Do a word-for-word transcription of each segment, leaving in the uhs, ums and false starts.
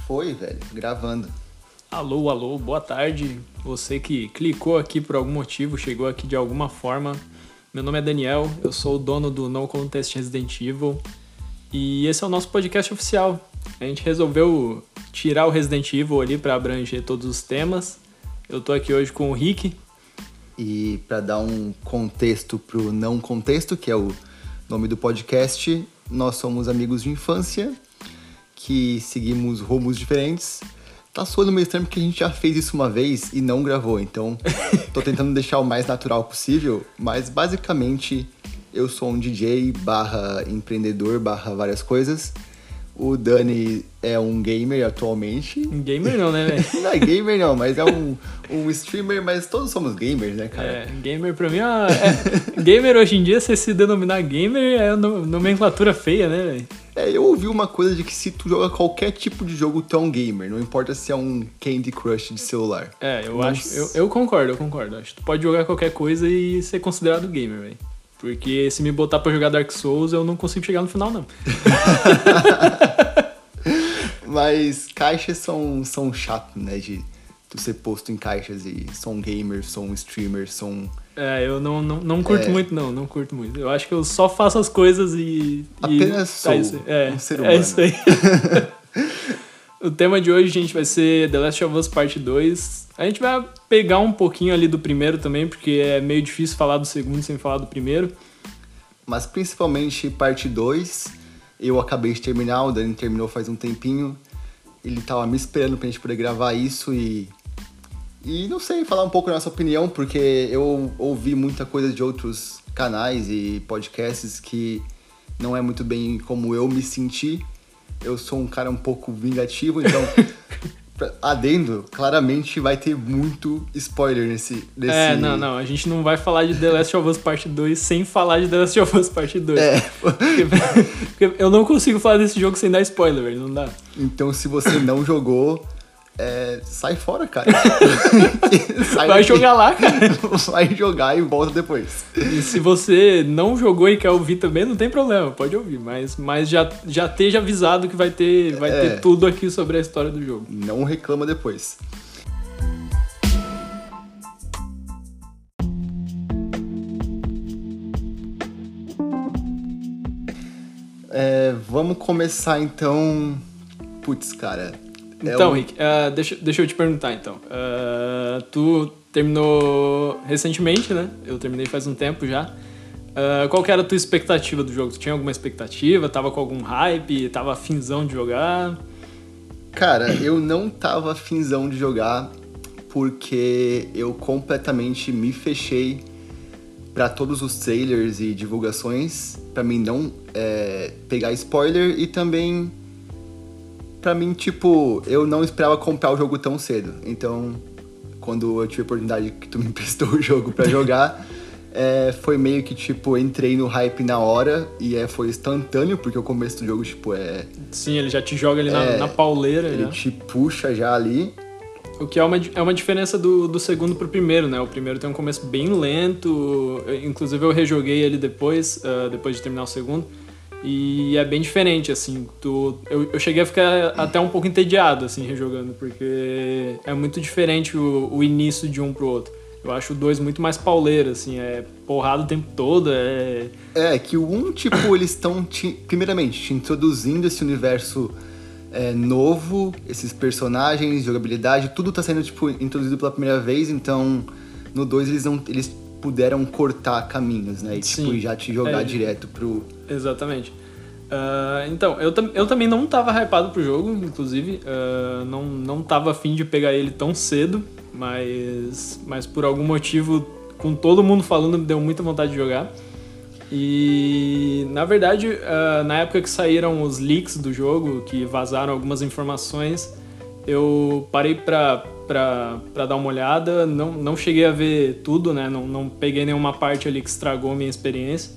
Foi, velho, gravando. Alô, alô, boa tarde. Você que clicou aqui por algum motivo, chegou aqui de alguma forma. Meu nome é Daniel, eu sou o dono do No Contest Resident Evil e esse é o nosso podcast oficial. A gente resolveu tirar o Resident Evil ali para abranger todos os temas. Eu tô aqui hoje com o Rick. E para dar um contexto pro não contexto, que é o nome do podcast, nós somos amigos de infância que seguimos rumos diferentes. Tá soando meio estranho porque a gente já fez isso uma vez e não gravou, então tô tentando deixar o mais natural possível, mas basicamente eu sou um D J barra empreendedor barra várias coisas. O Dani é um gamer atualmente. Gamer não, né, velho? Não é gamer não, mas é um, um streamer, mas todos somos gamers, né, cara? É, gamer pra mim é, uma, é... Gamer hoje em dia, se se denominar gamer, é uma nomenclatura feia, né, velho? É, eu ouvi uma coisa de que se tu joga qualquer tipo de jogo, tu é um gamer. Não importa se é um Candy Crush de celular. É, eu Nossa. acho... Eu, eu concordo, eu concordo. Acho que tu pode jogar qualquer coisa e ser considerado gamer, velho. Porque se me botar pra jogar Dark Souls, eu não consigo chegar no final, não. Mas caixas são, são chato, né? De tu ser posto em caixas e sou um gamer, sou um streamer, sou um... É, eu não, não, não curto É. muito, não. Não curto muito. Eu acho que eu só faço as coisas e... Apenas e... sou é isso, é, um ser humano. É isso aí. O tema de hoje, gente, vai ser The Last of Us Parte dois. A gente vai pegar um pouquinho ali do primeiro também, porque é meio difícil falar do segundo sem falar do primeiro. Mas principalmente parte dois, eu acabei de terminar, o Dani terminou faz um tempinho. Ele tava me esperando pra gente poder gravar isso e... E não sei, falar um pouco da nossa opinião, porque eu ouvi muita coisa de outros canais e podcasts que não é muito bem como eu me senti. Eu sou um cara um pouco vingativo, então... Adendo, claramente vai ter muito spoiler nesse, nesse... É, não, não, a gente não vai falar de The Last of Us Parte dois sem falar de The Last of Us Parte dois. É. Porque, porque eu não consigo falar desse jogo sem dar spoiler, velho, não dá. Então, se você não jogou, é, sai fora, cara. Sai Vai daqui. jogar lá, cara. Vai jogar e volta depois. E se você não jogou e quer ouvir também, não tem problema, pode ouvir. Mas, mas já, já esteja avisado que vai ter, vai É. ter tudo aqui sobre a história do jogo. Não reclama depois. É, vamos começar então... Putz, cara... é Então, um- Rick, uh, deixa, deixa eu te perguntar então. Uh, tu terminou recentemente, né? Eu terminei faz um tempo já. Uh, qual que era a tua expectativa do jogo? Tu tinha alguma expectativa? Tava com algum hype? Tava afinzão de jogar? Cara, eu não tava afinzão de jogar porque eu completamente me fechei pra todos os trailers e divulgações, pra mim não é, pegar spoiler e também pra mim, tipo, eu não esperava comprar o jogo tão cedo. Então, quando eu tive a oportunidade que tu me emprestou o jogo pra jogar, é, foi meio que, tipo, entrei no hype na hora e é, foi instantâneo, porque o começo do jogo, tipo, é... Sim, ele já te joga ali na, É, na pauleira. ele Já. te puxa já ali. O que é uma, é uma diferença do, do segundo pro primeiro, né? O primeiro tem um começo bem lento. Eu, inclusive eu rejoguei ele depois, uh, depois de terminar o segundo. E é bem diferente, assim. Tu, eu, eu cheguei a ficar até um pouco entediado, assim, rejogando. Porque é muito diferente o, o início de um pro outro. Eu acho o dois muito mais pauleiro, assim. É porrada o tempo todo, é... É, que o um, tipo, eles estão, primeiramente, te introduzindo esse universo é, novo, esses personagens, jogabilidade, tudo tá sendo, tipo, introduzido pela primeira vez, então no dois eles, não, eles puderam cortar caminhos, né? E, Sim, tipo, já te jogar é. direto pro... Exatamente. Uh, então, eu, tam- eu também não tava hypado pro jogo, inclusive. Uh, não, não tava afim de pegar ele tão cedo, mas, mas por algum motivo, com todo mundo falando, me deu muita vontade de jogar. E, na verdade, uh, na época que saíram os leaks do jogo, que vazaram algumas informações, eu parei pra, pra, pra dar uma olhada. Não, não cheguei a ver tudo, né? Não, não peguei nenhuma parte ali que estragou a minha experiência.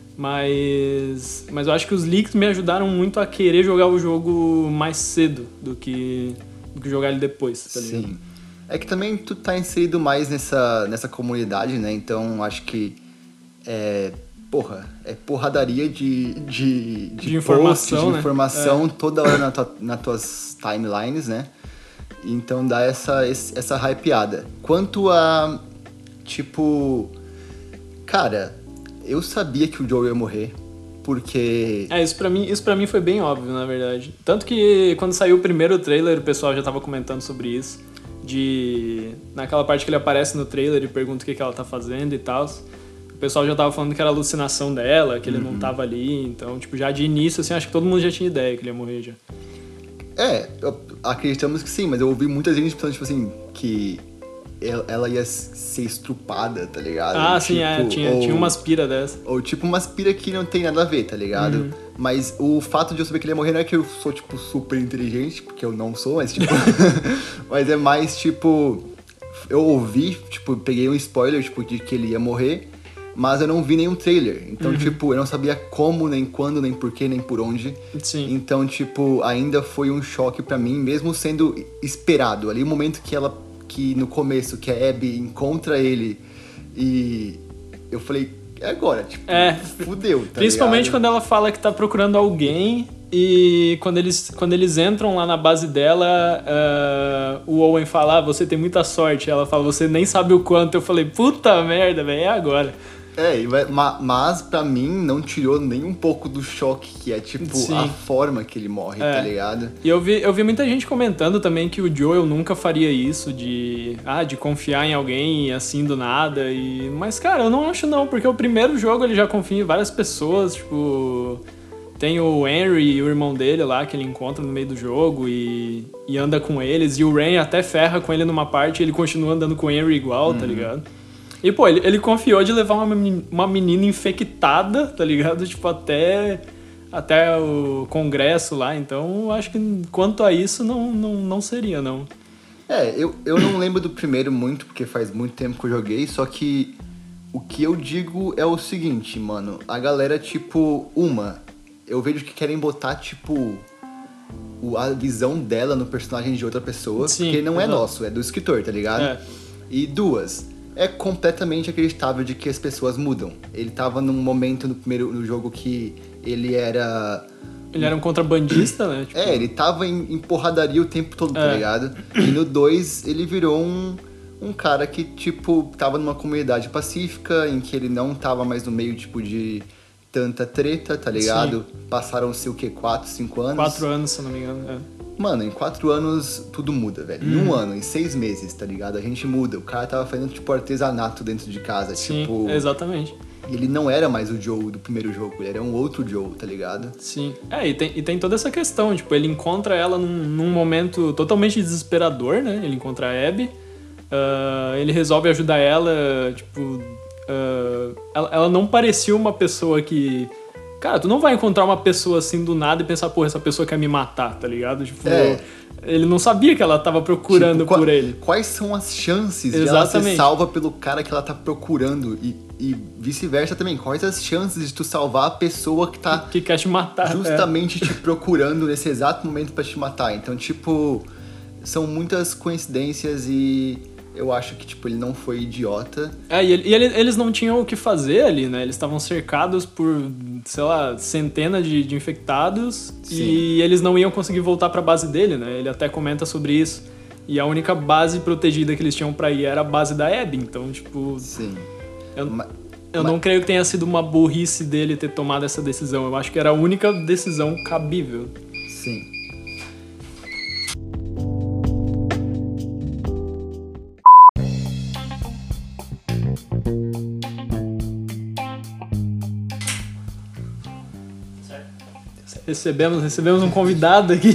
Mas, mas eu acho que os leaks me ajudaram muito a querer jogar o jogo mais cedo do que, do que jogar ele depois, tá ligado? Sim. É que também tu tá inserido mais nessa, nessa comunidade, né? Então, acho que é, porra, é porradaria de, de, de, De informação, post, de né? informação É. toda hora na tua, nas tuas timelines, né? Então dá essa, essa hypeada. Quanto a, tipo... Cara, eu sabia que o Joel ia morrer, porque... É, isso pra, mim, isso pra mim foi bem óbvio, na verdade. Tanto que quando saiu o primeiro trailer, o pessoal já tava comentando sobre isso. De... Naquela parte que ele aparece no trailer e pergunta o que, que ela tá fazendo e tal. O pessoal já tava falando que era alucinação dela, que ele Uhum. não tava ali. Então, tipo, já de início, assim, acho que todo mundo já tinha ideia que ele ia morrer já. É, eu- acreditamos que sim, mas eu ouvi muita gente falando, tipo assim, que ela, ela ia ser estrupada, tá ligado? Ah, sim, Tipo, é. Tinha, ou, tinha umas pira dessa. Ou tipo umas pira que não tem nada a ver, tá ligado? Uhum. Mas o fato de eu saber que ele ia morrer não é que eu sou, tipo, super inteligente, porque eu não sou, mas tipo... mas é mais, tipo... Eu ouvi, tipo, peguei um spoiler, tipo, de que ele ia morrer, mas eu não vi nenhum trailer. Então, Uhum. tipo, eu não sabia como, nem quando, nem porquê, nem por onde. Sim. Então, tipo, ainda foi um choque pra mim, mesmo sendo esperado. Ali o momento que ela, que no começo, que a Abby encontra ele e eu falei, é agora, tipo, É. fudeu, tá Principalmente ligado? quando ela fala que tá procurando alguém e quando eles, quando eles entram lá na base dela, ah, o Owen fala, ah, você tem muita sorte. Ela fala, você nem sabe o quanto. Eu falei, puta merda, velho, é agora. É, e vai- ma- mas pra mim não tirou nem um pouco do choque que é, tipo, Sim. a forma que ele morre, É. tá ligado? E eu vi, eu vi muita gente comentando também que o Joel nunca faria isso, de, ah, de confiar em alguém assim do nada. E... Mas, cara, eu não acho não, porque o primeiro jogo ele já confia em várias pessoas, tipo... Tem o Henry e o irmão dele lá, que ele encontra no meio do jogo e, e anda com eles. E o Rain até ferra com ele numa parte e ele continua andando com o Henry igual, tá ligado? E, pô, ele, ele confiou de levar uma, meni- uma menina infectada, tá ligado? Tipo, até, até o congresso lá. Então, eu acho que quanto a isso, não, não, não seria, não. É, eu, eu não lembro do primeiro muito, porque faz muito tempo que eu joguei, só que o que eu digo é o seguinte, mano. A galera, tipo, uma, eu vejo que querem botar, tipo, o- a visão dela no personagem de outra pessoa, Sim, porque não é exato. nosso, é do escritor, tá ligado? É. E duas, é completamente acreditável de que as pessoas mudam. Ele tava num momento no primeiro no jogo que ele era... Ele era um contrabandista, né? Tipo, É, ele tava em, em porradaria o tempo todo, tá É. ligado? E no dois ele virou um, um cara que, tipo, tava numa comunidade pacífica, em que ele não tava mais no meio, tipo, de tanta treta, tá ligado? Passaram-se o quê? quatro, cinco anos? quatro anos, se eu não me engano. É. Mano, em quatro anos tudo muda, velho. Em um ano, em seis meses, tá ligado? A gente muda. O cara tava fazendo, tipo, artesanato dentro de casa, Sim, tipo... exatamente. Ele não era mais o Joe do primeiro jogo, ele era um outro Joe, tá ligado? Sim. É, e tem, e tem toda essa questão, tipo, ele encontra ela num, num momento totalmente desesperador, né? Ele encontra a Abby, ah, ele resolve ajudar ela, tipo... ah, ela, ela não parecia uma pessoa que... Cara, tu não vai encontrar uma pessoa assim do nada e pensar, porra, essa pessoa quer me matar, tá ligado? Tipo, É. ele não sabia que ela tava procurando Tipo, qua- por ele. Quais são as chances de ela ser Exatamente. salva pelo cara que ela tá procurando? E, e vice-versa também. Quais as chances de tu salvar a pessoa que tá Que quer te matar. justamente te procurando nesse exato momento pra te matar? Então, tipo, são muitas coincidências e eu acho que, tipo, ele não foi idiota. É, e, ele- e ele- eles não tinham o que fazer ali, né? Eles estavam cercados por, sei lá, centenas de, de infectados. Sim. E eles não iam conseguir voltar pra base dele, né? Ele até comenta sobre isso. E a única base protegida que eles tinham pra ir era a base da Abby. Então, tipo, Sim. eu, Ma- eu ma- não creio que tenha sido uma burrice dele ter tomado essa decisão. Eu acho que era a única decisão cabível. Sim. Recebemos, recebemos um convidado aqui.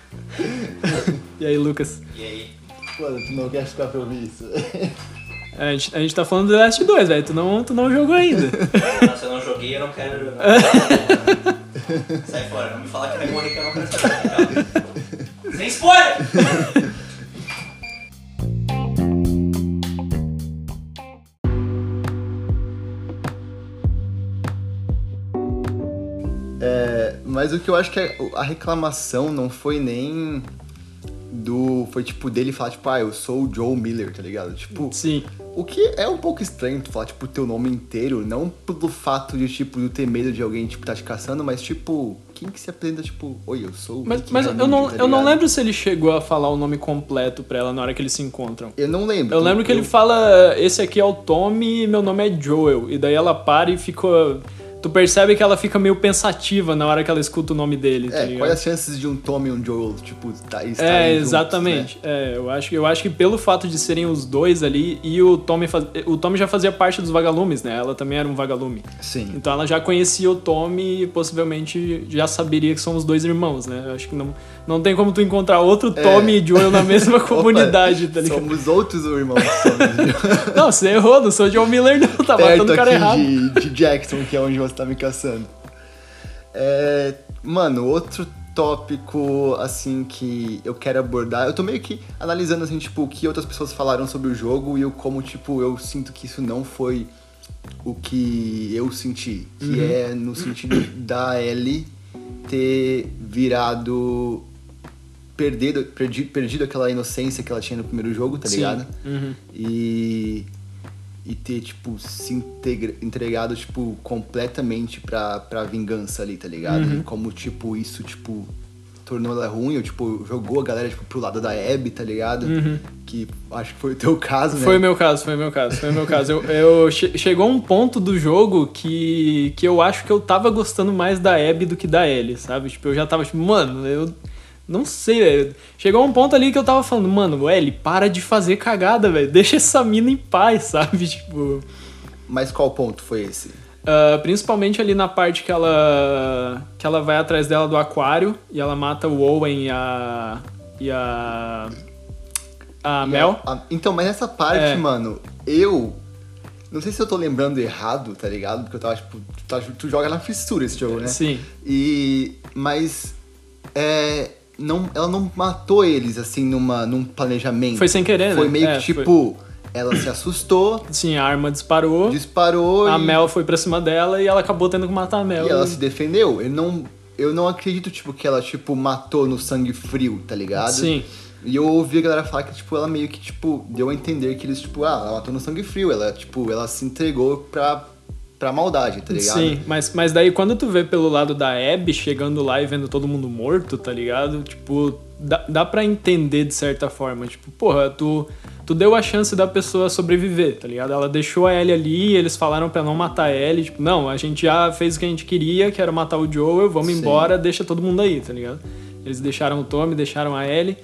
E aí, Lucas? E aí? Mano, tu não quer ficar pra ouvir isso? A gente, a gente tá falando do The Last dois, velho. Tu não, tu não jogou ainda. Nossa, eu não joguei, eu não quero jogar. Sai fora, não me fala que vai morrer que eu não quero saber. Calma. Sem spoiler! É, mas o que eu acho que é- a reclamação não foi nem do... Foi, tipo, dele falar, tipo, ah, eu sou o Joe Miller, tá ligado? Tipo... Sim. O que é um pouco estranho tu falar, tipo, o teu nome inteiro, não pelo fato de, tipo, eu ter medo de alguém, tipo, tá te caçando, mas, tipo, quem que se apresenta, tipo, oi, eu sou o Mas, Rick mas Remedy, eu, não, tá eu não ligado? lembro se ele chegou a falar o nome completo pra ela na hora que eles se encontram. Eu não lembro. Eu Tu- lembro que ele fala, esse aqui é o Tommy e meu nome é Joel. E daí ela para e fica... Tu percebe que ela fica meio pensativa na hora que ela escuta o nome dele, tá É, ligado? quais as chances de um Tommy e um Joel, tipo, tá, estarem É, juntos, exatamente. né? É, eu acho, eu acho que pelo fato de serem os dois ali, e o Tommy, faz, o Tommy já fazia parte dos vagalumes, né? Ela também era um vagalume. Sim. Então ela já conhecia o Tommy e possivelmente já saberia que são os dois irmãos, né? Eu acho que não, não tem como tu encontrar outro Tommy e Joel na mesma comunidade, Opa, tá ligado? Somos outros irmãos. Somos Não, você errou, não sou John Miller não, tá perto matando o cara aqui errado. de, de Jackson, que é onde você tá me caçando. É, mano, outro tópico, assim, que eu quero abordar... Eu tô meio que analisando, assim, tipo, o que outras pessoas falaram sobre o jogo e eu como, tipo, eu sinto que isso não foi o que eu senti. Que Uhum. é no sentido da Ellie ter virado... Perdido, perdido, perdido aquela inocência que ela tinha no primeiro jogo, tá Sim. ligado? Uhum. E... E ter, tipo, se integra, entregado, tipo, completamente pra, pra vingança ali, tá ligado? Uhum. E como, tipo, isso, tipo, tornou ela ruim, ou, tipo, jogou a galera, tipo, pro lado da Abby, tá ligado? Uhum. Que acho que foi o teu caso, né? Foi o meu caso, foi o meu caso, foi o meu caso. Eu, eu che- chegou um ponto do jogo que, que eu acho que eu tava gostando mais da Abby do que da Ellie, sabe? Tipo, eu já tava tipo, mano, eu não sei, velho. Chegou um ponto ali que eu tava falando, mano, Ellie, para de fazer cagada, velho. Deixa essa mina em paz, sabe? Tipo... Mas qual ponto foi esse? Uh, principalmente ali na parte que ela que ela vai atrás dela do aquário e ela mata o Owen e a e a a E Mel. a- a- então, mas nessa parte, É. mano, eu... Não sei se eu tô lembrando errado, tá ligado? Porque eu tava, tipo... Tu, tá- tu joga na fissura esse jogo, né? Sim. E... Mas... É... Não, ela não matou eles, assim, numa, num planejamento. Foi sem querer, né? Foi meio É, que, tipo... Ela se assustou, Sim, a arma disparou. disparou A e, Mel foi pra cima dela e ela acabou tendo que matar a Mel. e ela se defendeu. Eu não, eu não acredito, tipo, que ela, tipo, matou no sangue frio, tá ligado? Sim. E eu ouvi a galera falar que, tipo, ela meio que, tipo, deu a entender que eles, tipo, ah, ela matou no sangue frio. Ela, tipo, ela se entregou pra, pra maldade, tá ligado? Sim, mas, mas daí quando tu vê pelo lado da Abby chegando lá e vendo todo mundo morto, tá ligado? Tipo, dá, dá pra entender de certa forma. Tipo, porra, tu, tu deu a chance da pessoa sobreviver, tá ligado? Ela deixou a Ellie ali, eles falaram pra não matar a Ellie. Tipo, não, a gente já fez o que a gente queria, que era matar o Joel, vamos Sim. embora, deixa todo mundo aí, tá ligado? Eles deixaram o Tommy, deixaram a Ellie.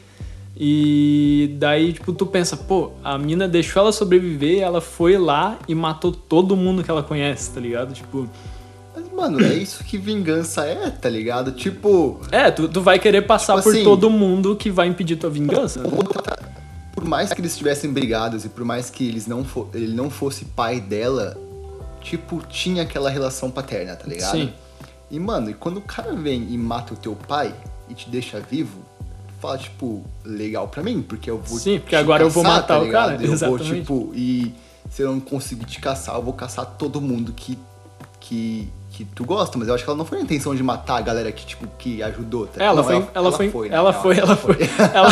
E daí, tipo, tu pensa, pô, a mina deixou ela sobreviver, ela foi lá e matou todo mundo que ela conhece, tá ligado? Tipo, Mas, mano, é isso que vingança é, tá ligado? Tipo... é, tu, tu vai querer passar Tipo por assim- todo mundo que vai impedir tua vingança, né? Por mais que eles estivessem brigados e por mais que eles não fo- ele não fosse pai dela, tipo, tinha aquela relação paterna, tá ligado? Sim. E, mano, e quando o cara vem e mata o teu pai e te deixa vivo, fala, tipo, legal pra mim, porque eu vou Sim, porque te agora eu vou caçar, matar tá o cara, ligado? Eu exatamente. vou, tipo, e se eu não conseguir te caçar, eu vou caçar todo mundo que, que, que tu gosta. Mas eu acho que ela não foi na intenção de matar a galera que, tipo, que ajudou, tá É, ela, Não, foi, ela, foi, né? ela Não, foi, ela foi, ela,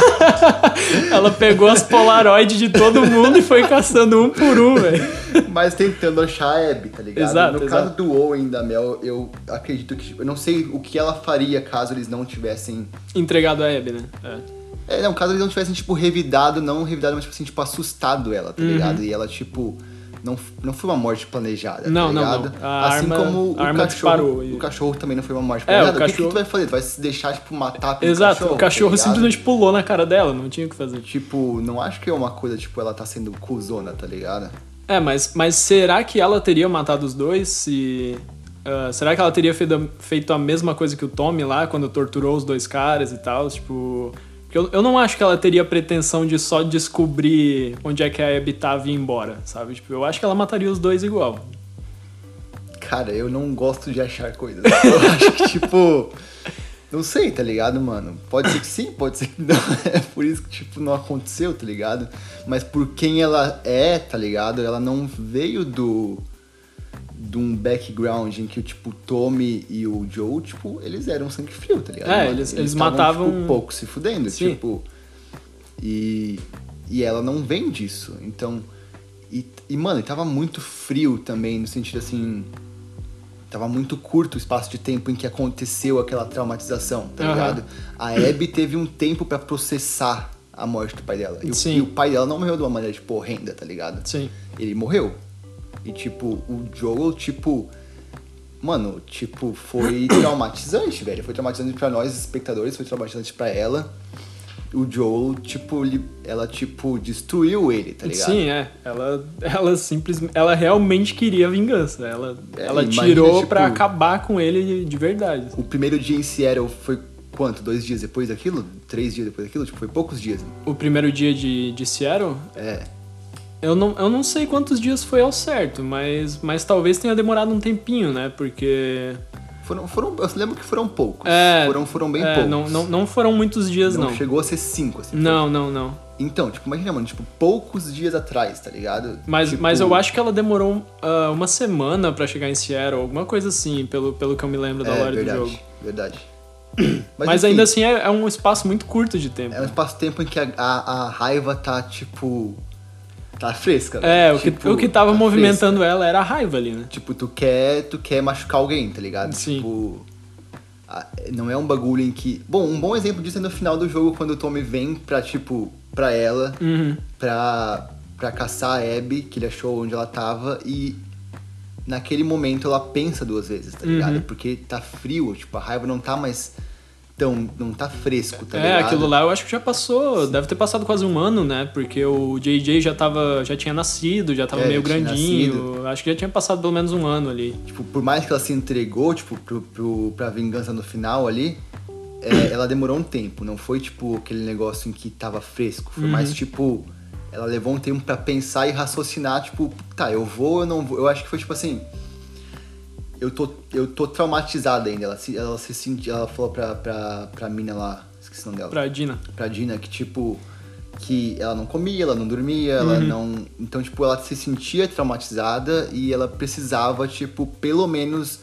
ela pegou as Polaroid de todo mundo e foi caçando um por um, velho. Mas tentando achar a Abby, tá ligado? Exato, no exato. caso do Owen e da Mel, eu acredito que... Eu não sei o que ela faria caso eles não tivessem... Entregado a Abby, né? É. É, não, caso eles não tivessem, tipo, revidado, não revidado, mas, tipo assim, tipo, assustado ela, tá Uhum. ligado? E ela, tipo... Não, não foi uma morte planejada, Não, tá não, ligado? não. A assim arma- como a o arma cachorro, disparou e- o cachorro também não foi uma morte É, o planejada. O, que, que cachorro- tu vai fazer? Tu vai se deixar, tipo, matar pelo Exato, cachorro? o cachorro tá ligado? simplesmente pulou na cara dela, não tinha o que fazer. Tipo, não acho que é uma coisa, tipo, ela tá sendo cuzona, tá ligado? É, mas, mas será que ela teria matado os dois se... ah, será que ela teria feito, feito a mesma coisa que o Tommy lá, quando torturou os dois caras e tal? Tipo... Porque eu, eu não acho que ela teria pretensão de só descobrir onde é que a Abby tava e ir embora, sabe? Tipo, eu acho que ela mataria os dois igual. Cara, eu não gosto de achar coisas. Eu acho que, tipo... Não sei, tá ligado, mano? Pode ser que sim, pode ser que não. É por isso que, tipo, não aconteceu, tá ligado? Mas por quem ela é, tá ligado? Ela não veio do... de um background em que, tipo, o Tommy e o Joe, tipo, eles eram sangue frio, tá ligado? É, mano? eles- eles tavam, matavam- Tipo, pouco se fudendo. Sim. Tipo, E, e ela não vem disso. Então... E, e, mano, tava muito frio também, no sentido assim... Tava muito curto o espaço de tempo em que aconteceu aquela traumatização, tá Uhum. ligado? A Abby teve um tempo pra processar a morte do pai dela. E o, Sim. e o pai dela não morreu de uma maneira, tipo, horrenda, tá ligado? Sim. Ele morreu. E, tipo, o Joel, tipo... Mano, tipo, foi traumatizante, velho. Foi traumatizante pra nós, espectadores, foi traumatizante pra ela. O Joel, tipo, ele, ela, tipo, destruiu ele, tá ligado? Sim, é. Ela, ela simplesmente... Ela realmente queria vingança. Ela, É, ela imagina, tirou tipo, pra acabar com ele de, de verdade. O primeiro dia em Seattle foi quanto? Dois dias depois daquilo? Três dias depois daquilo? Tipo, foi poucos dias. Né? O primeiro dia de, de Seattle... É. Eu não, eu não sei quantos dias foi ao certo, mas, mas talvez tenha demorado um tempinho, né? Porque... Foram, foram, eu lembro que foram poucos. É, foram, foram bem é, poucos. Não, não, não foram muitos dias, não. Não chegou a ser cinco, assim. Não, não, não. Foi. Então, tipo, imagina, mano, tipo, poucos dias atrás, tá ligado? Mas, tipo... mas eu acho que ela demorou uh, uma semana pra chegar em Seattle, alguma coisa assim, pelo, pelo que eu me lembro da é, lore verdade, do jogo. Verdade, Mas, Mas enfim, ainda assim é, é um espaço muito curto de tempo. é um espaço-tempo em que a, a, a raiva tá, tipo... Tá fresca. É, velho. o que, Tipo, o que tava tá movimentando fresca. ela era a raiva ali, né? Tipo, tu quer, tu quer machucar alguém, tá ligado? Sim. Tipo... a- Não é um bagulho em que... Bom, um bom exemplo disso é no final do jogo, quando o Tommy vem pra, tipo, pra ela, Uhum. pra, pra caçar a Abby, que ele achou onde ela tava, e naquele momento ela pensa duas vezes, tá ligado? Uhum. Porque tá frio, tipo, a raiva não tá mais tão... não tá fresco, tá É, ligado? aquilo lá eu acho que já passou, deve ter passado quase um ano, né? Porque o J J já tava, já tinha nascido, já tava É, meio já tinha grandinho. nascido. Acho que já tinha passado pelo menos um ano ali. Tipo, por mais que ela se entregou, tipo, pro, pro, pra vingança no final ali, é, ela demorou um tempo. Não foi, tipo, aquele negócio em que tava fresco. Foi Uhum. mais, tipo... Ela levou um tempo pra pensar e raciocinar, tipo... Tá, eu vou, eu não vou... Eu acho que foi, tipo assim... Eu tô, eu tô traumatizada ainda. Ela se, ela se sentiu... Ela falou pra, pra, pra mina lá... Esqueci o nome dela. Pra Dina. Pra Dina, que, tipo... Que ela não comia, ela não dormia, ela Uhum. não... Então, tipo, ela se sentia traumatizada e ela precisava, tipo, pelo menos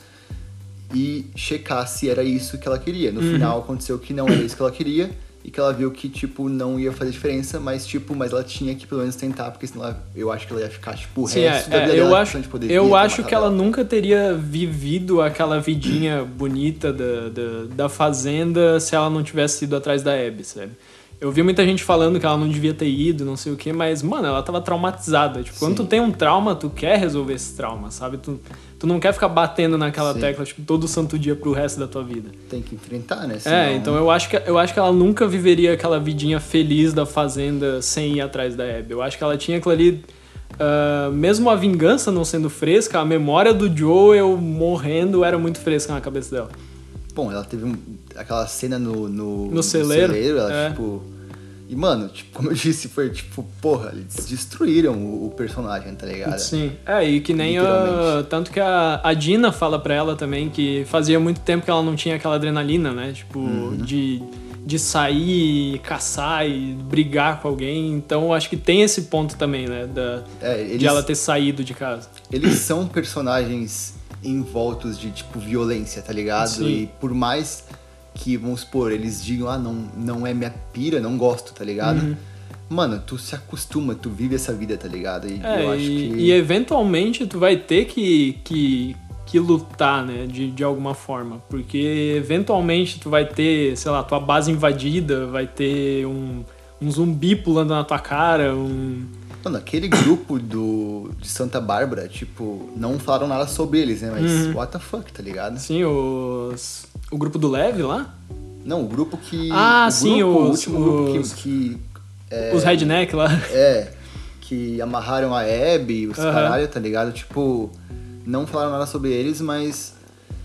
ir checar se era isso que ela queria. No Uhum. final, aconteceu que não era isso que ela queria e que ela viu que, tipo, não ia fazer diferença, mas, tipo, mas ela tinha que pelo menos tentar, porque senão ela- eu acho que ela ia ficar, tipo, o Sim, resto é, da é, vida eu dela acho, sem poder eu ter acho matado que ela ela. nunca teria vivido aquela vidinha bonita da, da, da fazenda se ela não tivesse ido atrás da Abby, sabe? Eu vi muita gente falando que ela não devia ter ido, não sei o quê, mas, mano, ela tava traumatizada. Tipo, quando Sim. tu tem um trauma, tu quer resolver esse trauma, sabe? Tu, tu não quer ficar batendo naquela Sim. tecla, tipo, todo santo dia pro resto da tua vida. Tem que enfrentar, né? É, Senão- então eu acho, que, eu acho que ela nunca viveria aquela vidinha feliz da fazenda sem ir atrás da Abby. Eu acho que ela tinha aquilo ali... ah, mesmo a vingança não sendo fresca, a memória do Joel morrendo era muito fresca na cabeça dela. Bom, ela teve um- aquela cena no... No, No celeiro, ela, é. tipo... E, mano, tipo, como eu disse, foi, tipo, porra, eles destruíram o, o personagem, tá ligado? Sim. É, e que nem a, Literalmente. tanto que a, a Dina fala pra ela também que fazia muito tempo que ela não tinha aquela adrenalina, né? Tipo, Uhum. de, de sair, caçar e brigar com alguém. Então eu acho que tem esse ponto também, né? Da, É, eles, de ela ter saído de casa. eles são personagens envoltos de, tipo, violência, tá ligado? Sim. E por mais que, vamos supor, eles digam, ah, não, não é minha pira, não gosto, tá ligado? Uhum. Mano, tu se acostuma, tu vive essa vida, tá ligado? E É, eu acho e, que... e eventualmente tu vai ter que, que, que lutar, né, de, de alguma forma. Porque eventualmente tu vai ter, sei lá, tua base invadida, vai ter um, um zumbi pulando na tua cara, um... Mano, aquele grupo do, de Santa Bárbara, tipo, não falaram nada sobre eles, né? Mas Uhum. what the fuck, tá ligado? Assim, os... o grupo do Lev lá? Não, o grupo que... Ah, o sim, grupo, o os- último grupo os- que... que é, Os redneck lá. É, que amarraram a Abby, os Aham. caralho, tá ligado? Tipo, não falaram nada sobre eles, mas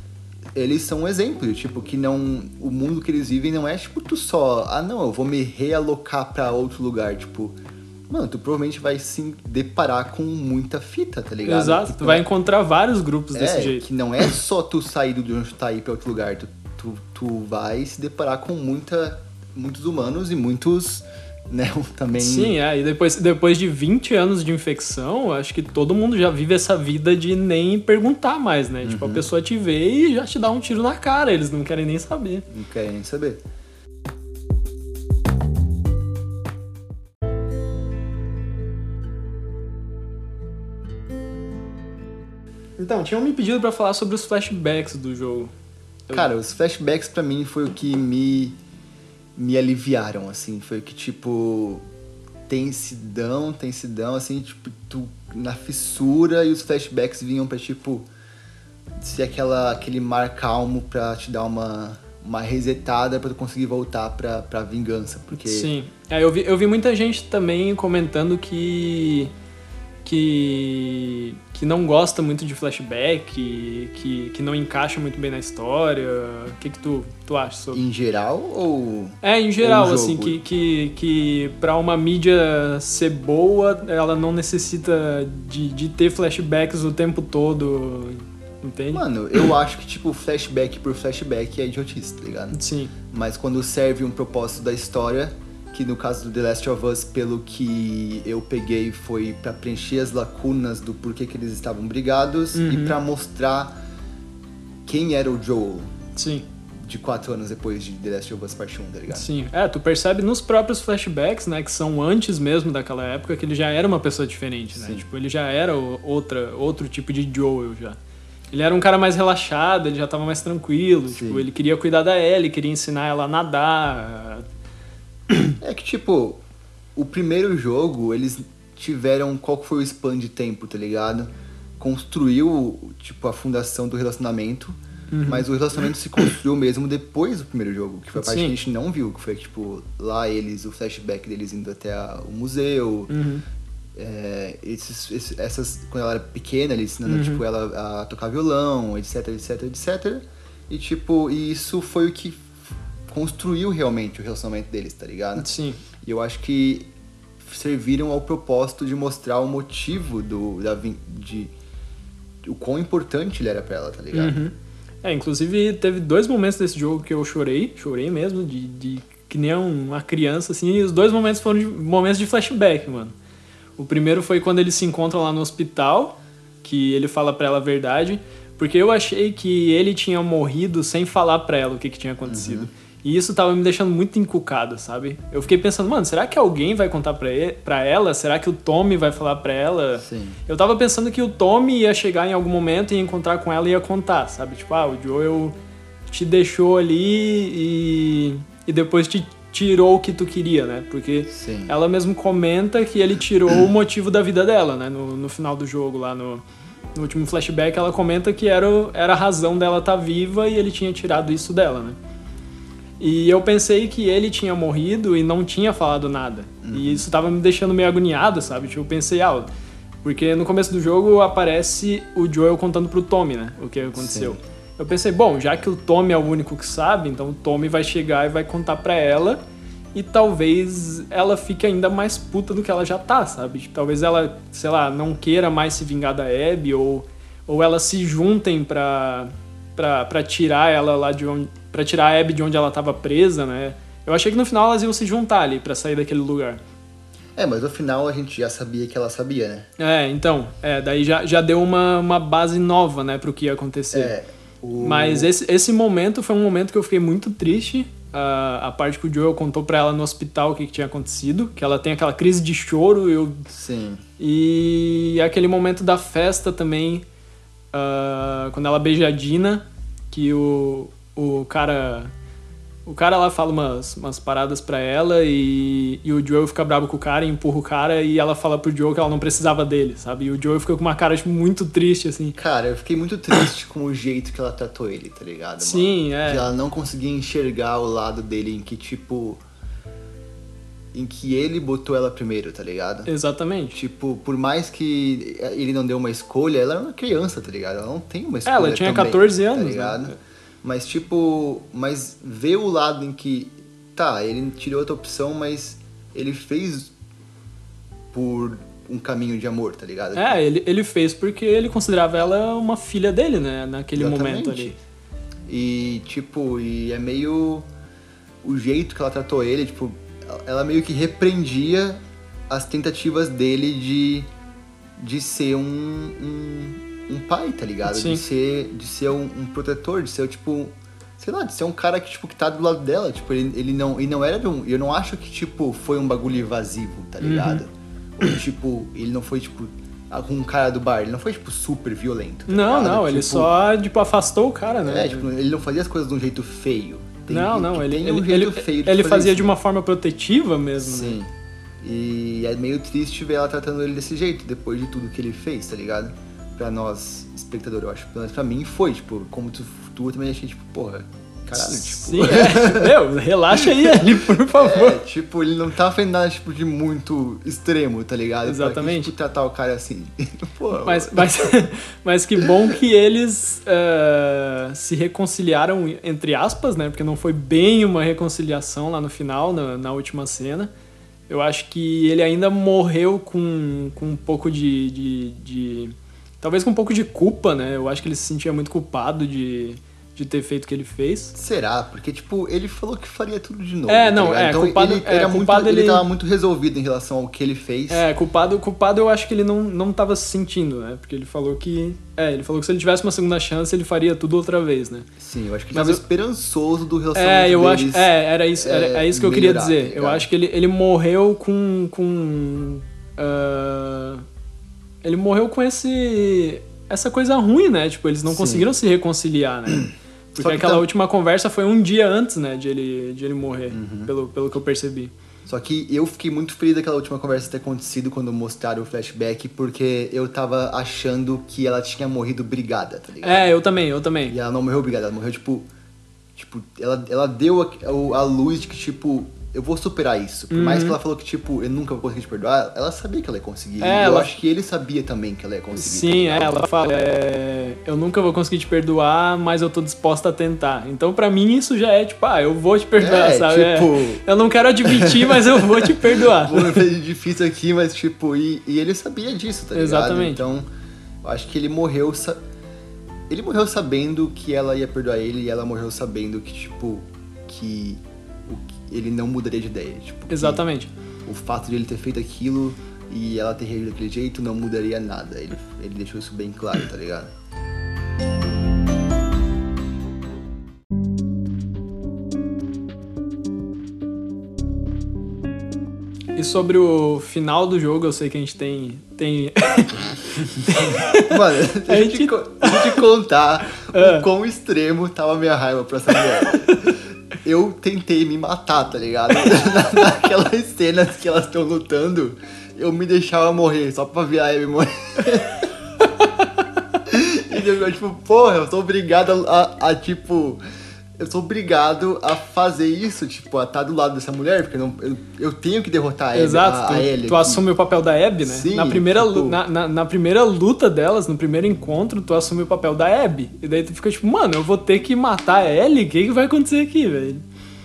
eles são um exemplo, tipo, que não... O mundo que eles vivem não é, tipo, tu só... Ah, não, eu vou me realocar pra outro lugar, tipo... Mano, tu provavelmente vai se deparar com muita fita, tá ligado? Exato, Que tu vai não- encontrar vários grupos desse é, jeito. que não é só tu sair de onde tu tá e ir pra outro lugar, tu, tu, tu vai se deparar com muita, muitos humanos e muitos, né, também... Sim, é, e depois, depois de vinte anos de infecção, acho que todo mundo já vive essa vida de nem perguntar mais, né? Uhum. Tipo, a pessoa te vê e já te dá um tiro na cara, eles não querem nem saber. Não querem nem saber. Então, tinham me pedido pra falar sobre os flashbacks do jogo. Eu... Cara, os flashbacks pra mim foi o que me, me aliviaram, assim. Foi o que, tipo, tensidão, tensidão, assim, tipo, tu na fissura e os flashbacks vinham pra, tipo, ser aquela, aquele mar calmo pra te dar uma, uma resetada pra tu conseguir voltar pra, pra vingança, porque... Sim, é, eu, vi, eu vi muita gente também comentando que... Que, que não gosta muito de flashback, que, que não encaixa muito bem na história. O que, que tu, tu acha sobre? Em geral ou... É, em geral, ou assim, que, que, que pra uma mídia ser boa, ela não necessita de, de ter flashbacks o tempo todo, entende? Mano, eu acho que, tipo, flashback por flashback é idiotice, tá ligado? Sim. Mas quando serve um propósito da história... que no caso do The Last of Us, pelo que eu peguei, foi pra preencher as lacunas do porquê que eles estavam brigados uhum. e pra mostrar quem era o Joel. Sim. De quatro anos depois de The Last of Us Parte um, tá ligado? Sim. É, tu percebe nos próprios flashbacks, né, que são antes mesmo daquela época, que ele já era uma pessoa diferente, né? Sim. Tipo, ele já era outra, outro tipo de Joel já. Ele era um cara mais relaxado, ele já tava mais tranquilo, Sim. tipo, ele queria cuidar da Ellie, queria ensinar ela a nadar... É que, tipo, o primeiro jogo, eles tiveram... Qual foi o span de tempo, tá ligado? Construiu, tipo, a fundação do relacionamento, uhum. mas o relacionamento se construiu mesmo depois do primeiro jogo, que foi a parte Sim. que a gente não viu, que foi, tipo, lá eles, o flashback deles indo até a, o museu, Uhum. é, esses, esses, essas, quando ela era pequena, ele ensinando, Uhum. tipo, ela a tocar violão, etc, etc, etc. E, tipo, e isso foi o que construiu realmente o relacionamento deles, tá ligado? Sim. E eu acho que serviram ao propósito de mostrar o motivo do, da, de o quão importante ele era pra ela, tá ligado? Uhum. É, inclusive teve dois momentos desse jogo que eu chorei, chorei mesmo, de, de que nem uma criança, assim, e os dois momentos foram de, momentos de flashback, mano. O primeiro foi quando eles se encontram lá no hospital, que ele fala pra ela a verdade, porque eu achei que ele tinha morrido sem falar pra ela o que, que tinha acontecido. Uhum. E isso tava me deixando muito encucado, sabe? Eu fiquei pensando, mano, será que alguém vai contar pra, ele, pra ela? Será que o Tommy vai falar pra ela? Sim. Eu tava pensando que o Tommy ia chegar em algum momento e ia encontrar com ela e ia contar, sabe? Tipo, ah, o Joel te deixou ali e, e depois te tirou o que tu queria, né? Porque Sim. ela mesmo comenta que ele tirou o motivo da vida dela, né? No, no final do jogo, lá no, no último flashback, ela comenta que era, era a razão dela estar viva e ele tinha tirado isso dela, né? E eu pensei que ele tinha morrido e não tinha falado nada. Uhum. E isso tava me deixando meio agoniado, sabe? Tipo, eu pensei, ah, porque no começo do jogo aparece o Joel contando pro Tommy, né? O que aconteceu. Sim. Eu pensei, bom, já que o Tommy é o único que sabe, então o Tommy vai chegar e vai contar pra ela e talvez ela fique ainda mais puta do que ela já tá, sabe? Tipo, talvez ela, sei lá, não queira mais se vingar da Abby ou, ou elas se juntem pra, pra, pra tirar ela lá de onde... pra tirar a Abby de onde ela tava presa, né? Eu achei que no final elas iam se juntar ali pra sair daquele lugar. É, mas no final a gente já sabia que ela sabia, né? É, então, é, daí já, já deu uma, uma base nova, né, pro que ia acontecer. É, o... Mas esse, esse momento foi um momento que eu fiquei muito triste. A, a parte que o Joel contou pra ela no hospital o que, que tinha acontecido, que ela tem aquela crise de choro. Eu... Sim. E aquele momento da festa também, uh, quando ela beija a Dina, que o... O cara, o cara lá fala umas, umas paradas pra ela e, e o Joel fica bravo com o cara, empurra o cara e ela fala pro Joel que ela não precisava dele, sabe? E o Joel fica com uma cara tipo, muito triste, assim. Cara, eu fiquei muito triste com o jeito que ela tratou ele, tá ligado? Sim, mano? é. Que ela não conseguia enxergar o lado dele em que, tipo... Em que ele botou ela primeiro, tá ligado? Exatamente. Tipo, por mais que ele não deu uma escolha, ela era uma criança, tá ligado? Ela não tem uma escolha. Ela tinha também, catorze anos, tá ligado? Né? Mas, tipo, mas ver o lado em que, tá, ele tirou outra opção, mas ele fez por um caminho de amor, tá ligado? É, ele, ele fez porque ele considerava ela uma filha dele, né, naquele Exatamente. momento ali. E, tipo, e é meio o jeito que ela tratou ele, tipo, ela meio que repreendia as tentativas dele de, de ser um... um um pai, tá ligado? Sim. De ser, de ser um, um protetor, de ser, tipo, sei lá, de ser um cara que, tipo, que tá do lado dela. Tipo, ele, ele não, ele não era de um... Eu não acho que, tipo, foi um bagulho invasivo, tá ligado? Uhum. Ou, tipo, ele não foi, tipo, com um cara do bar, ele não foi, tipo, super violento. Tá não, ligado? não, tipo, ele só, tipo, afastou o cara, né? É, tipo, ele não fazia as coisas de um jeito feio. Tem, não, não, ele, tem um ele, jeito ele, feio de ele fazer fazia isso. de uma forma protetiva mesmo, Sim. né? E é meio triste ver ela tratando ele desse jeito, depois de tudo que ele fez, tá ligado? Pra nós, espectador, eu acho. Pelo menos pra mim foi, tipo, como tu, tu eu também achei, tipo, porra, caralho, tipo... Sim, é. Meu, relaxa aí, ali, por favor. É, tipo, ele não tava fazendo nada, tipo, de muito extremo, tá ligado? Exatamente. Pra que, tipo, tratar o cara assim. Pô, Mas, mas, mas que bom que eles uh, se reconciliaram, entre aspas, né? Porque não foi bem uma reconciliação lá no final, na, na última cena. Eu acho que ele ainda morreu com, com um pouco de, de, de... Talvez com um pouco de culpa, né? Eu acho que ele se sentia muito culpado de, de ter feito o que ele fez. será? Porque, tipo, ele falou que faria tudo de novo. É, tá não, ligado? é, então, culpado- ele, é, era muito, culpado ele ele- tava muito resolvido em relação ao que ele fez. É, culpado, culpado eu acho que ele não, não tava se sentindo, né? Porque ele falou que... É, ele falou que se ele tivesse uma segunda chance, ele faria tudo outra vez, né? Sim, eu acho que ele Mas tava eu- esperançoso do relacionamento É, eu acho. deles. É, era isso, era, é, é isso que eu queria melhorar, dizer. tá eu ligado? acho que ele, ele morreu com. com ah, ele morreu com esse. Essa coisa ruim, né? Tipo, eles não Sim. conseguiram se reconciliar, né? Só Porque que aquela tam- última conversa foi um dia antes, né? De ele, de ele morrer, Uhum. pelo, pelo que eu percebi. Só que eu fiquei muito feliz daquela última conversa ter acontecido quando mostraram o flashback, porque eu tava achando que ela tinha morrido brigada, tá ligado? É, eu também, eu também. E ela não morreu brigada, ela morreu, tipo... Tipo, ela, ela deu a, a luz de que, tipo, eu vou superar isso. Por mais Uhum. que ela falou que, tipo, eu nunca vou conseguir te perdoar, ela sabia que ela ia conseguir. É, e eu ela- acho que ele sabia também que ela ia conseguir. Sim, tá é, ligado? ela fala, é, eu nunca vou conseguir te perdoar, mas eu tô disposta a tentar. Então, pra mim, isso já é tipo, ah, eu vou te perdoar, É, sabe? É, tipo- eu não quero admitir, mas eu vou te perdoar. Vou me fazer difícil aqui, mas, tipo, e, e ele sabia disso, tá ligado? Exatamente. Então, eu acho que ele morreu... Sa... Ele morreu sabendo que ela ia perdoar ele e ela morreu sabendo que, tipo, que, o que ele não mudaria de ideia. Tipo, que Exatamente. o fato de ele ter feito aquilo e ela ter reagido daquele jeito não mudaria nada. Ele, ele deixou isso bem claro, tá ligado? E sobre o final do jogo, eu sei que a gente tem. tem... Mano, deixa A eu gente- te, co- deixa eu te contar Ah. o quão extremo tava a minha raiva pra essa mulher. Eu tentei me matar, tá ligado? Na- Naquelas cenas que elas estão lutando, eu me deixava morrer, só pra ver a Abby morrer. E eu, tipo, porra, eu sou obrigado a, a, tipo... Eu sou obrigado a fazer isso, tipo, a estar do lado dessa mulher, porque eu, não, eu, eu tenho que derrotar a Abby, Exato, a, tu, a Ellie tu aqui. assume o papel da Abby, né? Sim, na, primeira, tipo- lu- na, na, na primeira luta delas, no primeiro encontro, tu assume o papel da Abby. E daí tu fica tipo, mano, eu vou ter que matar a Ellie? O que, que vai acontecer aqui, velho?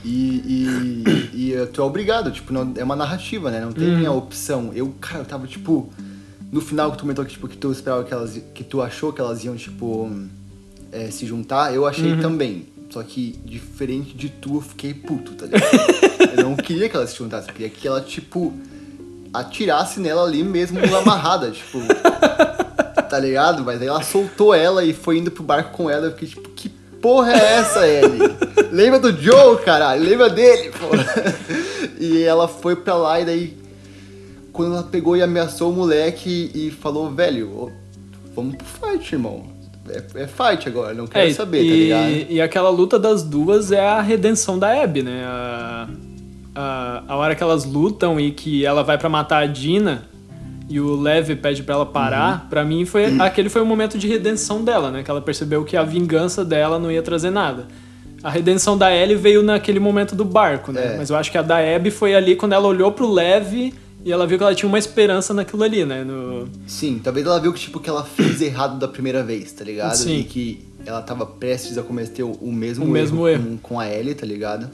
E, e, e tu é obrigado, tipo, não, é uma narrativa, né? Não tem a opção. Eu, cara, eu tava, tipo... No final que tu comentou que, tipo, que tu esperava que elas... Que tu achou que elas iam, tipo... é, se juntar, eu achei também. Só que, diferente de tu, eu fiquei puto, tá ligado? Eu não queria que elas se juntassem. Eu queria que ela, tipo... Atirasse nela ali mesmo, amarrada, tipo... Tá ligado? Mas aí ela soltou ela e foi indo pro barco com ela. Eu fiquei, tipo, que porra é essa, Ellie? Lembra do Joe, caralho? Lembra dele, porra? E ela foi pra lá e daí... Quando ela pegou e ameaçou o moleque e falou, velho, ô, vamos pro fight, irmão. É, é fight agora, não quero É, saber, e, tá ligado? e aquela luta das duas é a redenção da Abby, né? A, a, a hora que elas lutam e que ela vai pra matar a Dina e o Lev pede pra ela parar, pra mim foi aquele foi o momento de redenção dela, né? Que ela percebeu que a vingança dela não ia trazer nada. A redenção da Ellie veio naquele momento do barco, né? É. Mas eu acho que a da Abby foi ali quando ela olhou pro Lev e ela viu que ela tinha uma esperança naquilo ali, né? No... Sim, talvez ela viu que, tipo, que ela fez errado da primeira vez, tá ligado? Sim. E que ela tava prestes a cometer o, o mesmo O erro, mesmo erro. Com, com a Ellie, tá ligado?